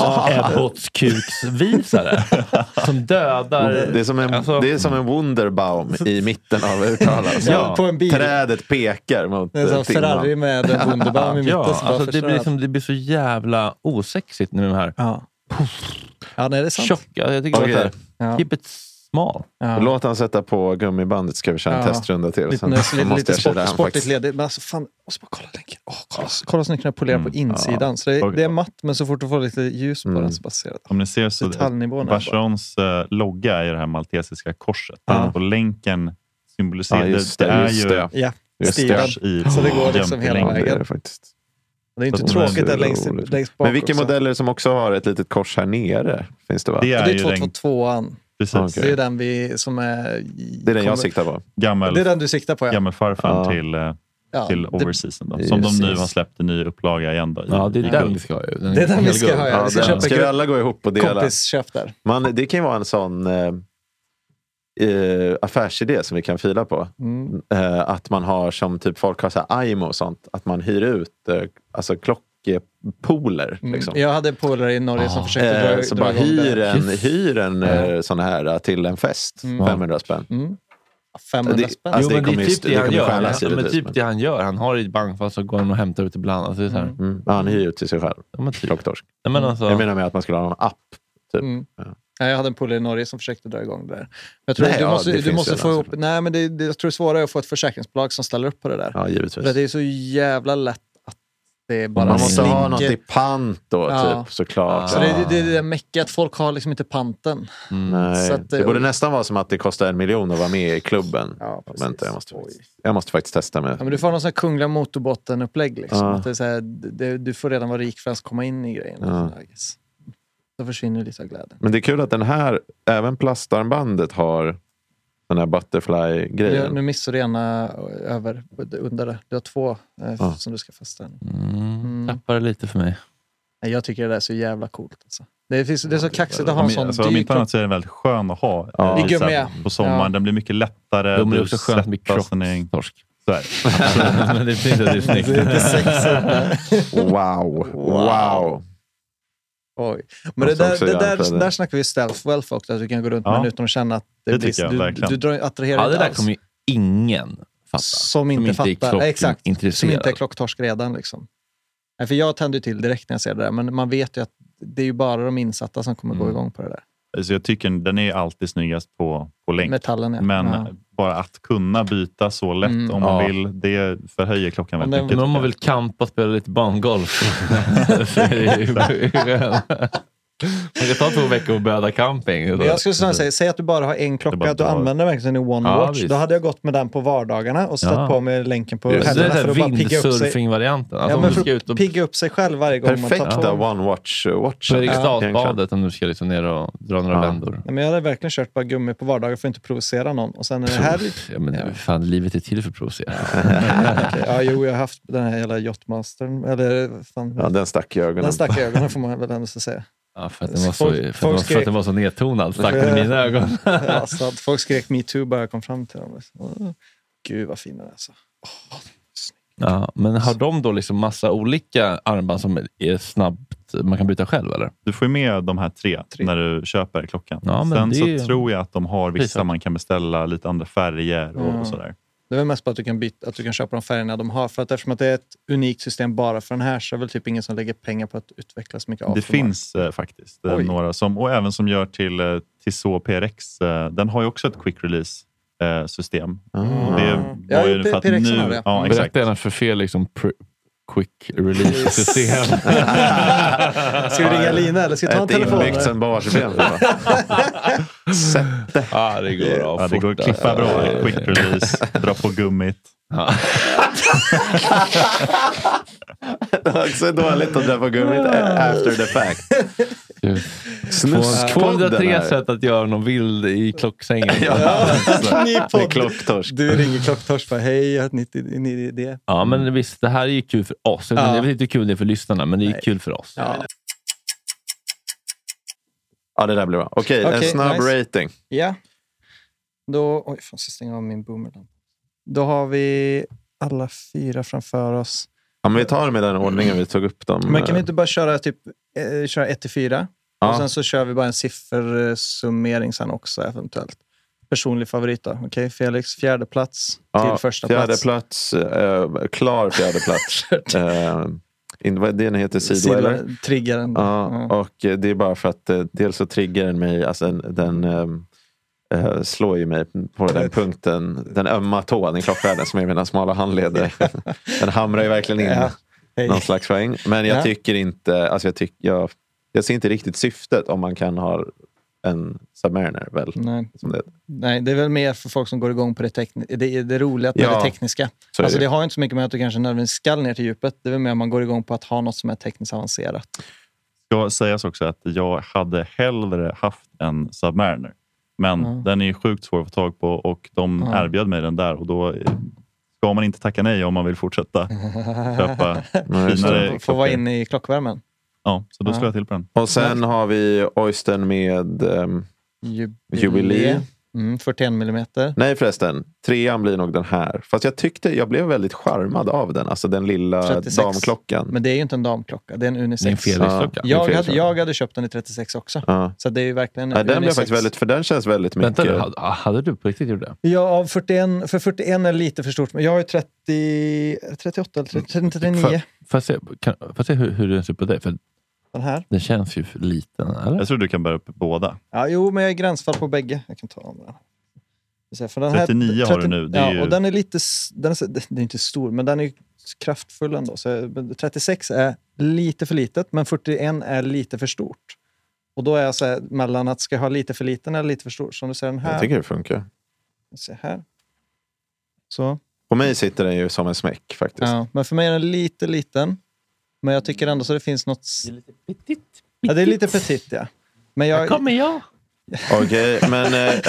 Ebbotskuksvisare som dödar. Det är som en, alltså, det är som en Wunderbaum i mitten av uttalet. Ja, på en bil. Trädet pekar mot det är som timman. Ferrari med en Wunderbaum i mitten. ja, så alltså det, blir som, det blir så jävla osexigt nu de här. Ja, ja nej, det är sant. Tjocka, jag tycker Okay. att Ja. keep it small. Ja. Låt han sätta på gummibandet, ska vi köra en Ja. testrunda till. Lite, Sen lite, måste lite jag sport, köra den sportigt faktiskt. ledigt. Men alltså fan, måste bara kolla länken. Åh, kolla, kolla så ni kan polera Mm. på insidan. Så det, Och- det är matt, men så fort du får lite ljus på Mm. den så bara ser det. Om ni ser så Detaljnivån är Vacherons uh, logga är det här maltesiska korset. Ja. Och länken symboliserar, Ja, just det, det, det är just ju det. Ja, Just stilen. i Så det går liksom jämte hela längd. Det är vägen. det faktiskt. Det är inte Så tråkigt det är där längst, roligt. längst bak Men vilka också. modeller som också har ett litet kors här nere finns det, va? Det Och är det är ju den, tvåhundratvåan. precis, Okej. Det är den vi som är... Det är den jag kommer- siktar på. gammal, Det är den du siktar på, ja. gammelfarfaren Ja. till, eh, ja till det, overseasen. Då. det- Som de nu precis. har ssläppt en ny upplaga igen. Då, i- Ja, det är i den guld. vi ska ha. Den Det är den vi helt ska guld. ha, ja. Ja, Vi ska den. köpa Ska vi gru- alla gå ihop och dela? kompisköp där. Man, det kan ju vara en sån eh, eh, affärsidé som vi kan fila på. Mm. Eh, att man har som typ folk har så här I M O och sånt. Att man hyr ut eh, alltså klockpooler. Mm. Liksom. Jag hade en polare i Norge som Ah. försökte Eh, dra, så dra bara igång hyr det. en, Just. hyr en eh, sån här till en fest. Mm. femhundra spänn. Mm. femhundra Det- spänn. alltså, Jo, men det kommer är ju- typ det det han kommer gör. stjälas Ja, men givetvis, typ men- det han gör. Han har i bankfall så går han och hämtar ut ibland. Alltså, det är så här. Mm. Mm. Ja, han hyr ut till sig själv. Ja, men typ. Klocktorsk. Nej, men alltså, Jag menar med att man skulle ha någon app. Typ. Mm. Ja. Ja, jag hade en polare i Norge som försökte dra igång det där. Men jag tror Nej, du ja, måste, det du finns måste ju få redan, ihop... Nej, men det, det, jag tror det är svårare att få ett försäkringsbolag som ställer upp på det där. Ja, givetvis. För det är så jävla lätt att det är bara Man måste ha slinker. något i pant då, Ja. typ, såklart. Så det, det, det är det mäckiga att folk har liksom inte panten. mm. Nej, Så att, det borde nästan vara som att det kostar en miljon att vara med i klubben. Ja, precis. Vänta, jag måste, Oj. jag måste faktiskt testa med. Ja, men du får någon sån här Kungliga Motorbåten-upplägg. Liksom. Ja. Att det är så här, det, du får redan vara rik för att ens komma in i grejen. Ja. Då försvinner lite av glädjen. Men det är kul att den här, även plastarmbandet har den här Nu, butterfly-grejen. nu missar du ena över, under det. Du har två eh, Ja. som du ska fästa. Mm. Tappar det lite för mig. Nej, jag tycker det där är så jävla coolt. Alltså. Det, finns, det är så kaxigt att ha en Om, sån alltså, om dyr inte annat så är den väldigt skön att ha. Ja. eh, I så här gummiga. På sommaren. Ja. Den blir mycket lättare. De är du också skönt med släpper ner- kroppstorsk. Så är det. Men det är inte det är snyggt. Det är inte sexigt. Wow, wow. Oj. Men det Måste där, också det göra för där, det. där snackar vi stealth wealth också. Att du kan gå runt Ja. med den utan att känna att det, Det blir, tycker jag du, verkligen. du drar, attraherar Ja, det inte där alls. kommer ju ingen fatta. Som inte är fattar. klock- Nej, exakt. Som intresserad. inte är klocktorsk redan. Liksom. Nej, för jag tänder ju till direkt när jag ser det där. Men man vet ju att det är ju bara de insatta som kommer Mm. gå igång på det där. Alltså, jag tycker den är alltid snyggast på, på länk. Metallen, ja. Men Ja. bara att kunna byta så lätt Mm. om man Ja. vill, det förhöjer klockan Om väldigt den- mycket. Men om man tycker vill kampa och spela lite bangolf. Så är det ju- Man kan ta två veckor och böda camping. Men jag skulle snarare säga, säg att du bara har en Det klocka, är bara att du att du använder verkligen en One Ja, Watch. visst. Då hade jag gått med den på vardagarna och stött Ja. på med länken på Just Det är helgerna den för att bara pigga upp sig. windsurfing-varianten. Alltså Ja, om men du för ska ut att och pigga upp sig själv varje gång man tar Perfekta på. One Watch watch. på Eriksdalsbadet om du ska liksom ner och dra några Ja. vändor. Nej, men jag hade verkligen kört bara gummi på vardagar för att inte provocera någon. Och sen är det här lite... Ja, men Ja. fan, livet är till för att provocera. Okej, ja, jo, jag har haft den här jävla Yachtmastern. Eller fan, Ja, den stack i ögonen. den stack i ögonen får man väl ändå så säga. Ja, för, att den var så, Folk- för, att folk den var, för skrek- att den var så nedtonad. Stack den i mina ögon. Ja, så att folk skrek metoo bara jag kom fram till dem. Åh, gud vad fina det är. Alltså. Ja, men har de då liksom massa olika armband som är snabbt man kan byta själv, eller? Du får ju med de här tre, Tre. när du köper klockan. Ja, men Sen det så är- tror jag att de har vissa Prisvärt. man kan beställa lite andra färger och, Ja. och sådär. Det är väl mest bara att du kan byta, att du kan köpa de färgerna de har. För att eftersom att det är ett unikt system bara för den här så är väl typ ingen som lägger pengar på att utveckla så mycket Det aftermarket. finns eh, faktiskt eh, Oj. några som, och även som gör till eh, Tissot P R X. Eh, den har ju också ett quick release eh, system. Ah. Det Ja, var ju P- för att P R X har nu... det. Ja, Mm. exakt. Berätta gärna för fel liksom pr- quick release-system. Ska vi ringa Lina eller ska vi ta en Ett telefon? inbyggt sen barnsben. Sätt det. Ja, det går av Ja, det går att fort, klippa alltså. bra. Quick release, dra på gummit. Ja. Det var också dåligt att dra på gummit after the fact. Snusspodden tvåhundratre här. sätt att göra någon vild i klocksängen. Ja, ny Med podd. klocktorsk. Du ringer klocktorsk bara hej, jag har ett nytt en idé. Ja, men visst, det här är ju kul för oss. Ja. Jag vet inte hur kul det är för lyssnarna, men det är Nej. kul för oss. Ja. Ja, det där blir bra. Okej, en Okej, snabb nice. rating. Ja. Då, oj, får jag stänga av min boomerlamp. Då har vi alla fyra framför oss. Ja, men vi tar med den ordningen vi tog upp dem. Men kan vi inte bara köra typ eh, köra ett till fyra? Ja. Och sen så kör vi bara en siffersummering sen också eventuellt. Personlig favorit då. Okej, okay, Felix, fjärde plats ja, till första fjärde plats. plats eh, klar fjärde plats. eh, in, vad den heter? Sidweiler. Triggaren. Ja, ja, och det är bara för att eh, dels så triggar den mig, alltså den eh, eh, slår ju mig på den punkten, den ömma tån i klockvärlden som är mina smala handleder. Den hamrar ju verkligen in ja. Hey. någon slags poäng. Men jag ja. tycker inte, alltså jag, tyck, jag, jag ser inte riktigt syftet om man kan ha en Submariner väl. Nej. Som det. Nej, det är väl mer för folk som går igång på det, tekni- det, det roliga med ja, det tekniska. Så alltså det. det har inte så mycket med att du kanske nödvändigtvis ska ner till djupet. Det är väl mer om man går igång på att ha något som är tekniskt avancerat. Ska sägas också att jag hade hellre haft en Submariner. Men ja. den är ju sjukt svår att få tag på och de ja. erbjöd mig den där och då ska man inte tacka nej om man vill fortsätta köpa finare. Få vara inne i klockvärmen. Ja, så då ja. slår jag till på den. Och sen har vi Oystern med um, Jubilee. Jubilee. Mm, fyrtioen millimeter. Nej förresten, trean blir nog den här. Fast jag tyckte, jag blev väldigt charmad av den. Alltså den lilla trettiosex. Damklockan. Men det är ju inte en damklocka, det är en unisex. Det är en Felix-klocka. Ja, jag, Felix hade, jag hade köpt den i trettiosex också. Ja. Så det är ju verkligen Nej, den blev unisex. faktiskt väldigt, för den känns väldigt mycket. Vänta, hade, hade du på riktigt gjort det? Ja, av fyrtioen, för fyrtioen är lite för stort. Men jag har ju trettio, trettioåtta eller trettionio. Får jag se, kan, får jag se hur, hur den ser ut på dig? För Den här. den känns ju för liten, eller? Jag tror du kan bära upp båda. Ja, jo, men jag är gränsfall på bägge. Jag kan ta om den. För den trettionio här, har du nu. Det är ja, ju... och den är lite, den är, den är inte stor, men den är kraftfull ändå. Så trettiosex är lite för litet, men fyrtioen är lite för stort. Och då är jag så här, mellan att ska jag ha lite för liten eller lite för stor. Som du ser den här. Jag tycker det funkar. Se här. Så. På mig sitter den ju som en smäck faktiskt. Ja, men för mig är den lite liten. Men jag tycker ändå så det finns något... Det är lite petit. Ja, det är lite petit, ja. Men jag... Här kommer jag! Okej, okay, men... Eh,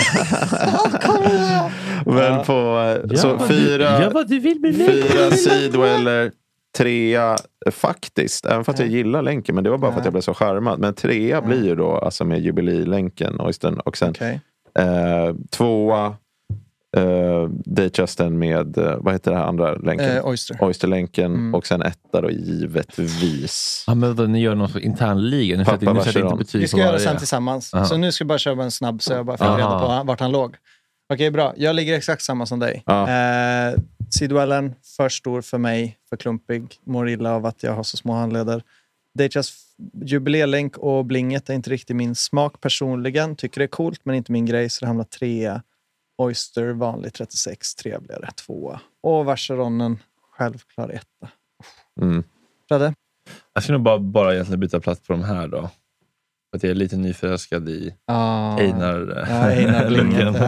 men på... Eh, så vad fyra... Du, gör vad du vill med mig. Fyra Sidweiler, trea faktiskt. Även för att jag Ja. gillar länken. Men det var bara för att Ja. jag blev så charmad. Men trea Ja. blir ju då alltså med Jubilee-länken. Oystern, och sen Okay. eh, tvåa... Uh, Datejustern med, uh, vad heter det här andra länken? Eh, Oyster. Oysterlänken Mm. och sen etta då givetvis. Ja, men då, ni gör någon intern liga. Ni Pappa sätter, ni sätter inte Vacheron. betyg Vi på ska göra det varje. sen tillsammans. Aha. Så nu ska jag bara köra en snabb så jag bara fick Aha. reda på vart han låg. Okej, bra. Jag ligger exakt samma som dig. Ja. Eh, Sidwellen, för stor för mig, för klumpig. Mår illa av att jag har så små handleder. Datejust jubilélänk och blinget är inte riktigt min smak personligen. Tycker det är coolt, men inte min grej, så det hamnar trea. Oyster, vanlig trettiosex, trevligare, tvåa. Och Vacheronen, självklar etta. Mm. Fredde? Jag ska nog bara, bara egentligen byta plats på de här då. För att jag är lite nyförälskad i Ah. Einar. Ja, Einar Blinget. Luggen.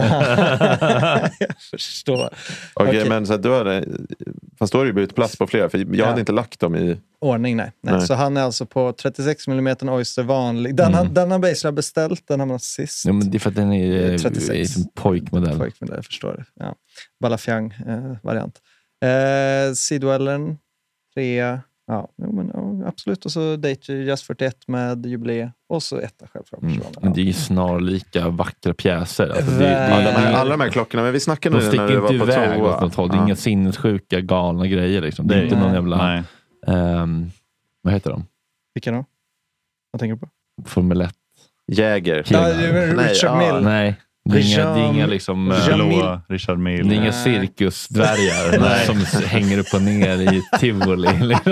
Jag förstår. Okej, Okej. men så att du hade... Fast då har du bytt plats på flera. För jag Ja. hade inte lagt dem i... Ordning, nej. nej. Nej. Så han är alltså på trettiosex millimeter Oyster vanlig. Den, Mm. har, den har Basel beställt, den har man sist. Ja, men det är för att den är, trettiosex. är en pojkmodell. Pojkmodell, jag förstår det. Ja. Balafiang-variant. Eh, Sidwellern, trea. Ja, jo, men, ja, absolut. Och så Datejust fyrtioett med jubilee. Och så etta självklart. Mm. Ja. Men det är ju snarlika vackra pjäser. Alltså, det, det, Ja, de här, Eh, alla de här klockorna. Men vi snackade de nu när sticker du var inte på iväg åt toa. något håll. Det är Ja. inga sinnessjuka, galna grejer. Liksom. Det är Nej. inte någon Nej. jävla... Nej. ehm, vad heter de? Vilka då? Vad tänker du på? Formel ett. Jäger. Ja, det är Nej, Richard ja. Mill. Nej, det är inga, det är inga Jean- liksom... eh, Jean- Mill. Blåa Richard Mill. Det är inga Nej. cirkusdvärgar Nej. som s- hänger upp och ner i tivoli.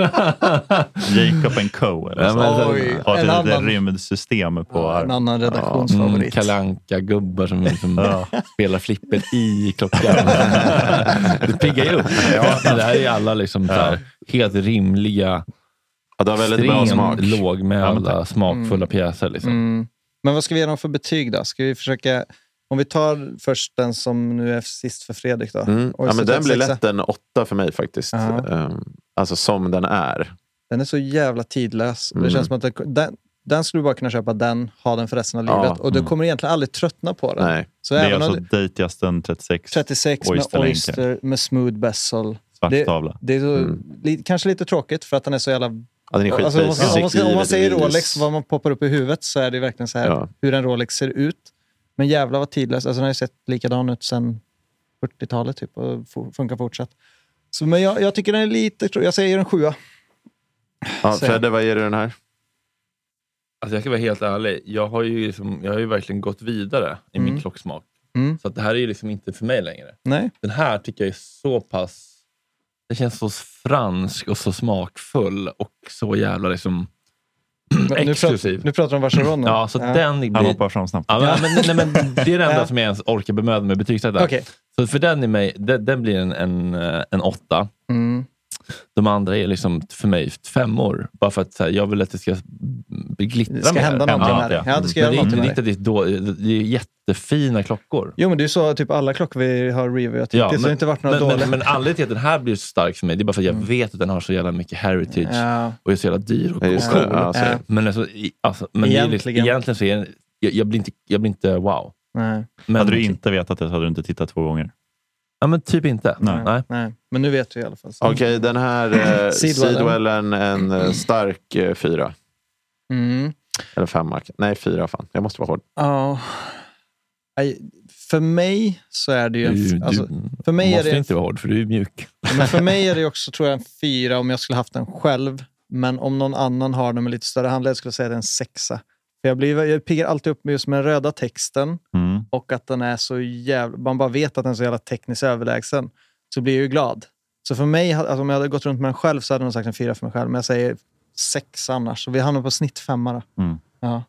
Jacob and Co. Eller Ja, så. men- Oj, Har en ett annan, rymdsystem på ja, arm. en annan Mm, redaktionsfavorit. Kalanka-gubbar som liksom spelar flipper i klockan. Det piggar ju upp. Ja, men det här är alla liksom så här, helt rimliga, Ja, det har väldigt bra smak. extremt lågmälda, Ja, men smakfulla Mm. pjäser. Liksom. Mm. Men vad ska vi ge dem för betyg då? Ska vi försöka... Om vi tar först den som nu är sist för Fredrik då. Mm. Ja, Oyster men den blir trettiosex. lätt en åtta för mig faktiskt. Ja. Um, alltså som den är. Den är så jävla tidlös. Mm. Det känns som att den, den, den skulle du bara kunna köpa den, ha den för resten av Ja. livet. Och du Mm. kommer egentligen aldrig tröttna på den. Nej. Så Det är även alltså om Datejusten trettiosex. trettiosex med Oysterlänken. Oyster med smooth bezel. Svart Det- tavla. Det är så, Mm. li, kanske lite tråkigt för att den är så jävla... Ja, den är Alltså, om, man ska, om, man ska, om man säger givetvis. Rolex, vad man poppar upp i huvudet, så är det verkligen så här Ja. hur en Rolex ser ut. Men jävlar vad tidlös. Alltså den har ju sett likadan ut sedan fyrtiotalet typ och f- funkar fortsatt. Så, men jag, jag tycker den är lite... Jag säger en sjua. Ja, Fredde, vad ger du den här? Alltså jag ska vara helt ärlig. Jag har ju, liksom, jag har ju verkligen gått vidare i Mm. min klocksmak. Mm. Så att det här är ju liksom inte för mig längre. Nej. Den här tycker jag är så pass... Det känns så fransk och så smakfull och så jävla liksom Men nu, exklusiv. pratar, nu pratar du om Vacheron. Ja, så ja. den blir... Han hoppar fram snabbt. Ja, men, men, nej, men det är det enda Ja. som jag ens orkar bemöda med betygsätta. Okej. Så för den i mig, den, den blir en, en, en åtta. Mm. De andra är liksom för mig fem år. Bara för att så här, jag vill att det ska glittra Det ska mer. hända någonting Ja, med det. ja. Ja, det ska Men göra det är någonting inte med riktigt då, det är jättefina klockor. Jo, men du sa typ alla klockor vi har reviewat. Ja, det har men, inte varit några men, dåliga. men, men anledningen till att den här blir så stark för mig, det är bara för att jag Mm. vet att den har så jävla mycket heritage Ja. och är så jävla dyr och, Ja, och just cool. det. Ja, så är det. Men, alltså, i, alltså, men det är liksom, Egentligen. egentligen så är den, jag, jag, blir inte, jag blir inte wow. Nej. Men, Hade du inte vetat det så hade du inte tittat två gånger. Ja, men typ inte. Nej. Nej. Nej. Men nu vet vi i alla fall. Så. Okej, den här eh, Sidwellen. Sidwellen, en eh, stark eh, fyra. Mm. Eller femma. Nej, fyra fan. Jag måste vara hård. Ja. Nej, för mig så är det ju... Du, En, alltså, du för mig är måste det, inte vara hård för du är mjuk. men för mig är det också, tror jag, en fyra om jag skulle haft den själv. Men om någon annan har den med lite större handled skulle jag säga att det är en sexa. För jag, blir, jag piggar alltid upp med just med den röda texten Mm. och att den är så jävla... Man bara vet att den är så jävla tekniskt överlägsen. Så blir jag ju glad. Så för mig, alltså om jag hade gått runt med den själv så hade jag sagt en fyra för mig själv. Men jag säger sex annars. Så vi hamnar på snitt femma då. Mm. Ja.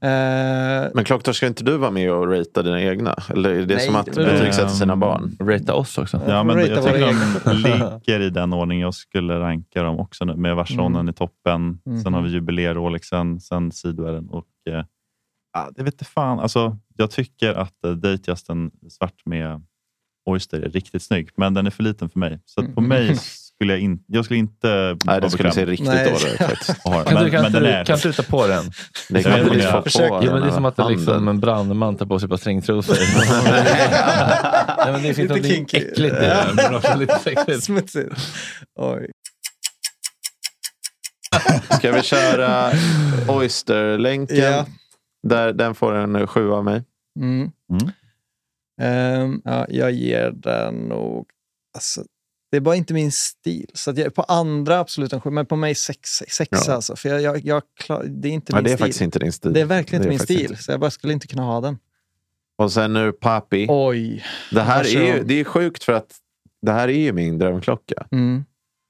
Eh, Men Klocktorsk, ska inte du vara med och ratea dina egna? Eller är det Nej, som att men- betygsätta sina barn? Rata oss också. Ja, men Rata jag våra tycker de ligger i den ordning jag skulle ranka dem också nu. Med Vacheronen Mm. i toppen. Mhm. Sen har vi Jubileer Rolexen. Sen Sidwellen. Och eh, ja, det vet inte fan. Alltså, jag tycker att eh, Datejusten svart med Oyster är riktigt snygg. Men den är för liten för mig. Så att på Mm. mig skulle jag inte... Jag skulle inte Nej, det skulle bekväm. se riktigt Nej. dåligt ut faktiskt. Ha- Kan, men, du, kan, men den du, är... kan du ta på den? Det Jag kan vet inte inte, du få jag på försöker. den Ja, men det är som att det handen. liksom en brandman tar på sig ett par stringtrosor. Nej, men det finns Lite något kinky. äckligt i det. Men också lite sexigt. Smutsigt. Oj. Ska vi köra Oyster-länken? Ja. Där, den får en sju av mig. Mm. Mm. Ehm, ja, jag ger den nog... Alltså, det är bara inte min stil. Så att jag, på andra absolut en sju, men på mig sex, sex Ja. alltså. För jag, jag, jag klar, det är inte Ja, min det är stil. faktiskt inte din stil. Det är verkligen Det är inte min faktiskt stil. inte. Så jag bara skulle inte kunna ha den. Och sen nu Papi. Oj. Det här är ju Vacheron. det är sjukt för att det här är ju min drömklocka. Mm.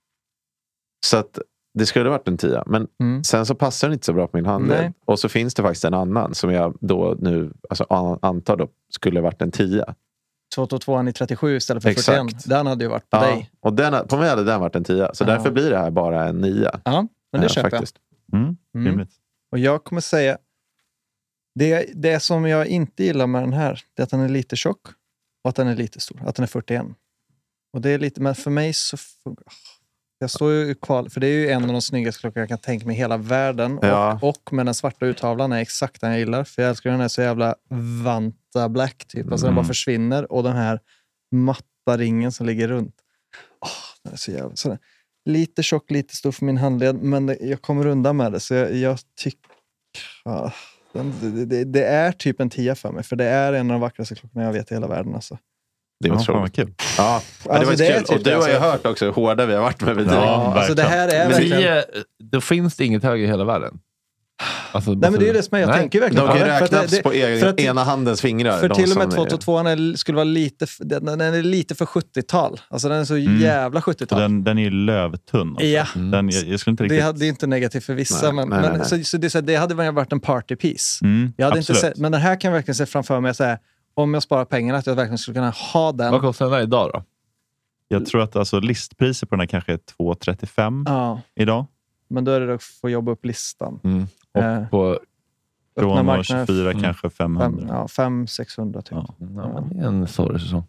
Så att det skulle varit en tia. Men Mm. sen så passar den inte så bra på min handled. Nej. Och så finns det faktiskt en annan som jag då nu alltså, an- antar då skulle varit en tia. tvåhundratvå i trettiosju istället för Exakt. fyrtioen. Den hade ju varit på Ja, dig. och den, på mig hade den varit en tia. Så Ja. därför blir det här bara en nia. Ja, men det Ja, köper faktiskt. Mm. Mm. Rimligt. jag. Och jag kommer säga... Det, det som jag inte gillar med den här, det är att den är lite tjock och att den är lite stor. Att den är fyrtioen. Och det är lite... Men för mig så... funkar- Jag står ju kvar, för det är ju en av de snyggaste klockor jag kan tänka mig i hela världen. Ja. Och, och med den svarta uttavlan är exakt den jag gillar. För jag älskar den här så jävla vanta black typ. Alltså den bara försvinner. Och den här matta ringen som ligger runt. Åh, den är så jävla... Så den, lite tjock, lite stor för min handled. Men det, jag kommer undan med det. Så jag, jag tycker... Ja, den, det, det, det är typ en tia för mig. För det är en av de vackraste klockorna jag vet i hela världen. Alltså. Det är Ja, fan otroligt. vad kul. Ja, ja, det Alltså, var det är kul. typ Och du det, har ju alltså. hört också hur hårda vi har varit med vidare. Ja, Ja, alltså det här är Men verkligen... tio, då finns det inget högre i hela världen. Alltså, Nej, men det är ju det som jag Nej. tänker verkligen De kan på ju det. För att räknas det- på egen, för att- ena handens fingrar. För de till och med som är- tvåhundratvå skulle vara lite, f- den, den är lite för sjuttiotal. Alltså den är så Mm. jävla Och sjuttiotal. den, den är ju lövtunn. Också. Ja. Den, jag, jag skulle inte riktigt... Det hade, det är inte negativt för vissa. Nej, men, nej, men, nej, nej. Så, så, det, så det hade väl varit en partypiece. Mm, Jag hade inte absolut. sett, men den här kan jag verkligen se framför mig. Så här, om jag sparar pengarna, att jag verkligen skulle kunna ha den. Vad kostar den där idag då? Jag tror att alltså, listpriset på den här kanske är två trettiofem Ja, idag. men då är det då att få jobba upp listan. Mm. Och Eh, på, Öppna Från marknaden, tjugofyra Mm. kanske fem, femhundra. ja, fem sexhundra typ. Ja. ja, men det är en sorg säsong.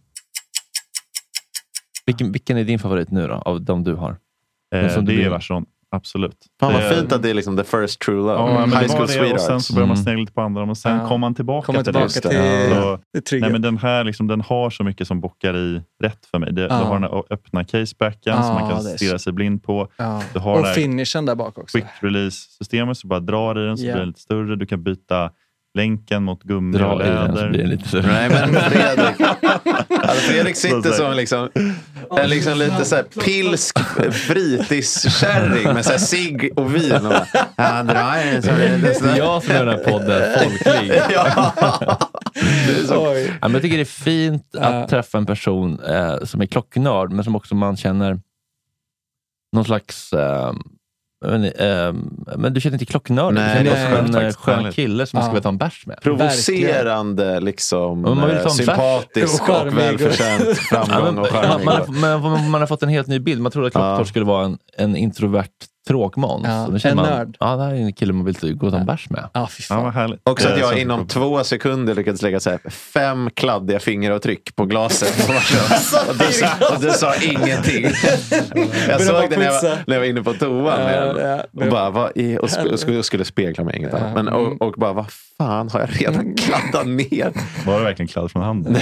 Vilken, vilken är din favorit nu då, av de du har? Eh, som det du är vill- Vacheron. Absolut. Fan vad Det- fint att det är liksom the first true love. Ja, men High det school var det, och sen sweethearts. så börjar man Mm. snegla lite på andra. Men sen Ja. kommer man tillbaka Kommer till tillbaka det. till Ja. Så, det är tryggt. nej, men den här liksom, den har så mycket som bockar i rätt för mig. Det, Ja. Du har den här öppna casebacken Ja, som man det kan är stirra sig blind på. Ja. Du har Och det här finishen där bak också. quick release-systemet, så bara drar i den så Ja. blir den lite större. Du kan byta länken mot gummi Dra och i den så läder. blir det lite så. Nej men Fredrik, Alltså Fredrik sitter som liksom, en liksom lite så här pilsk fritidskärring med så här cigg och vin. Och bara, ja, dra en sån, det är jag som gör den här podden folklig. Ja. Det är så. Ja, men jag tycker det är fint att träffa en person eh, som är klocknörd, men som också man känner någon slags... Eh, Men, äh, men du känner inte klocknörd. Nej, du känner också en skön kille som man ska ja. ta en bärs med. Provocerande, liksom, man vill ta en sympatisk bärs. och välförtjänt framgång och man, man, charmig. har, man, man har fått en helt ny bild. Man trodde att klocktorsk ja. skulle vara en, en introvert tråkmåns. Ja, en man, nörd. Ja, det här är en kille man vill gå och ta en bärs med. Ja, fy fan. Ja, vad härligt. Också att jag eh, inom två sekunder lyckades lägga så här, fem kladdiga fingeravtryck på glaset. och, du sa, och du sa ingenting. Jag såg det när jag, var, när jag var inne på toan. Ja, ja, och bara, vad är, och, sp- och skulle, skulle spegla mig inget annat. Men, och, och bara, vad fan har jag redan kladdat ner? Var det verkligen kladd från handen?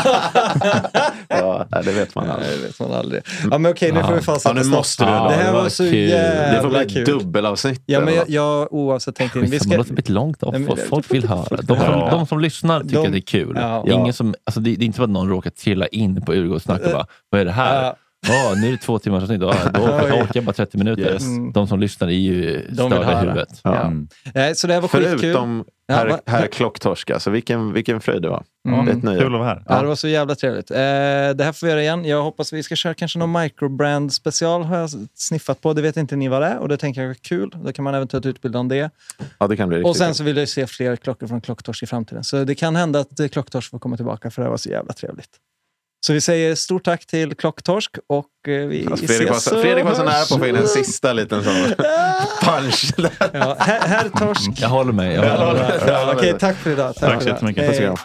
Ja, det vet man aldrig. Nej, det vet man aldrig. Ja, men okej, nu får vi fast ja, nu måste du. Det här var så jävla det får bli kul. Dubbelavsnitt. Ja, men jag, jag oavsett tänkte vi ska... Det låter lite långt av. Nej, folk vill höra. De som, ja. de som lyssnar tycker de, att det är kul. Ja. Ingen som, alltså det, det är inte som att någon råkar trilla in på Urgo och snacka och bara, vad är det här? Ja. Oh, nu är det två timmar sedan. Då, då orkar jag bara trettio minuter. Yes. Mm. De som lyssnar är ju störda i huvudet. Ja. Mm. Ja, så det här var skitkul. Förutom här, här klocktorska. Så vilken, vilken fröjd det var. Mm. Det är ett nöje. Kul att vara här. Ja. Ja, det var så jävla trevligt. Eh, det här får vi göra igen. Jag hoppas vi ska köra kanske någon microbrand special. Har jag sniffat på. Det vet inte ni vad det är. Och det tänker jag är kul. Då kan man eventuellt utbilda om det. Ja, det kan bli riktigt. Och sen så vill jag se fler klockor från Klocktorsk i framtiden. Så det kan hända att Klocktorsk får komma tillbaka. För det var så jävla trevligt. Så vi säger stort tack till Klocktorsk och vi alltså, Fredrik, var så, Fredrik var så nära på att få in en sista liten sån punch där. Ja, herr, herr Torsk. Jag håller mig. Jag håller mig. Ja, okej, tack för idag. Tack, tack så jättemycket. Hej.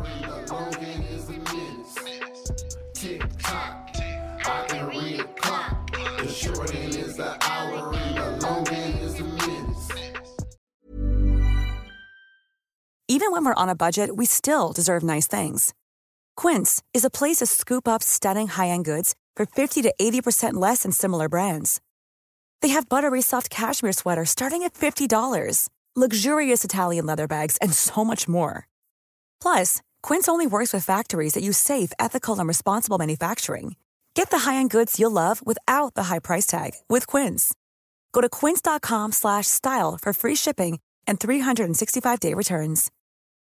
Even when we're on a budget, we still deserve nice things. Quince is a place to scoop up stunning high-end goods for fifty to eighty percent less than similar brands. They have buttery soft cashmere sweaters starting at fifty dollars, luxurious Italian leather bags, and so much more. Plus, Quince only works with factories that use safe, ethical, and responsible manufacturing. Get the high-end goods you'll love without the high price tag with Quince. Go to quince dot com slash style for free shipping and three hundred sixty-five day returns.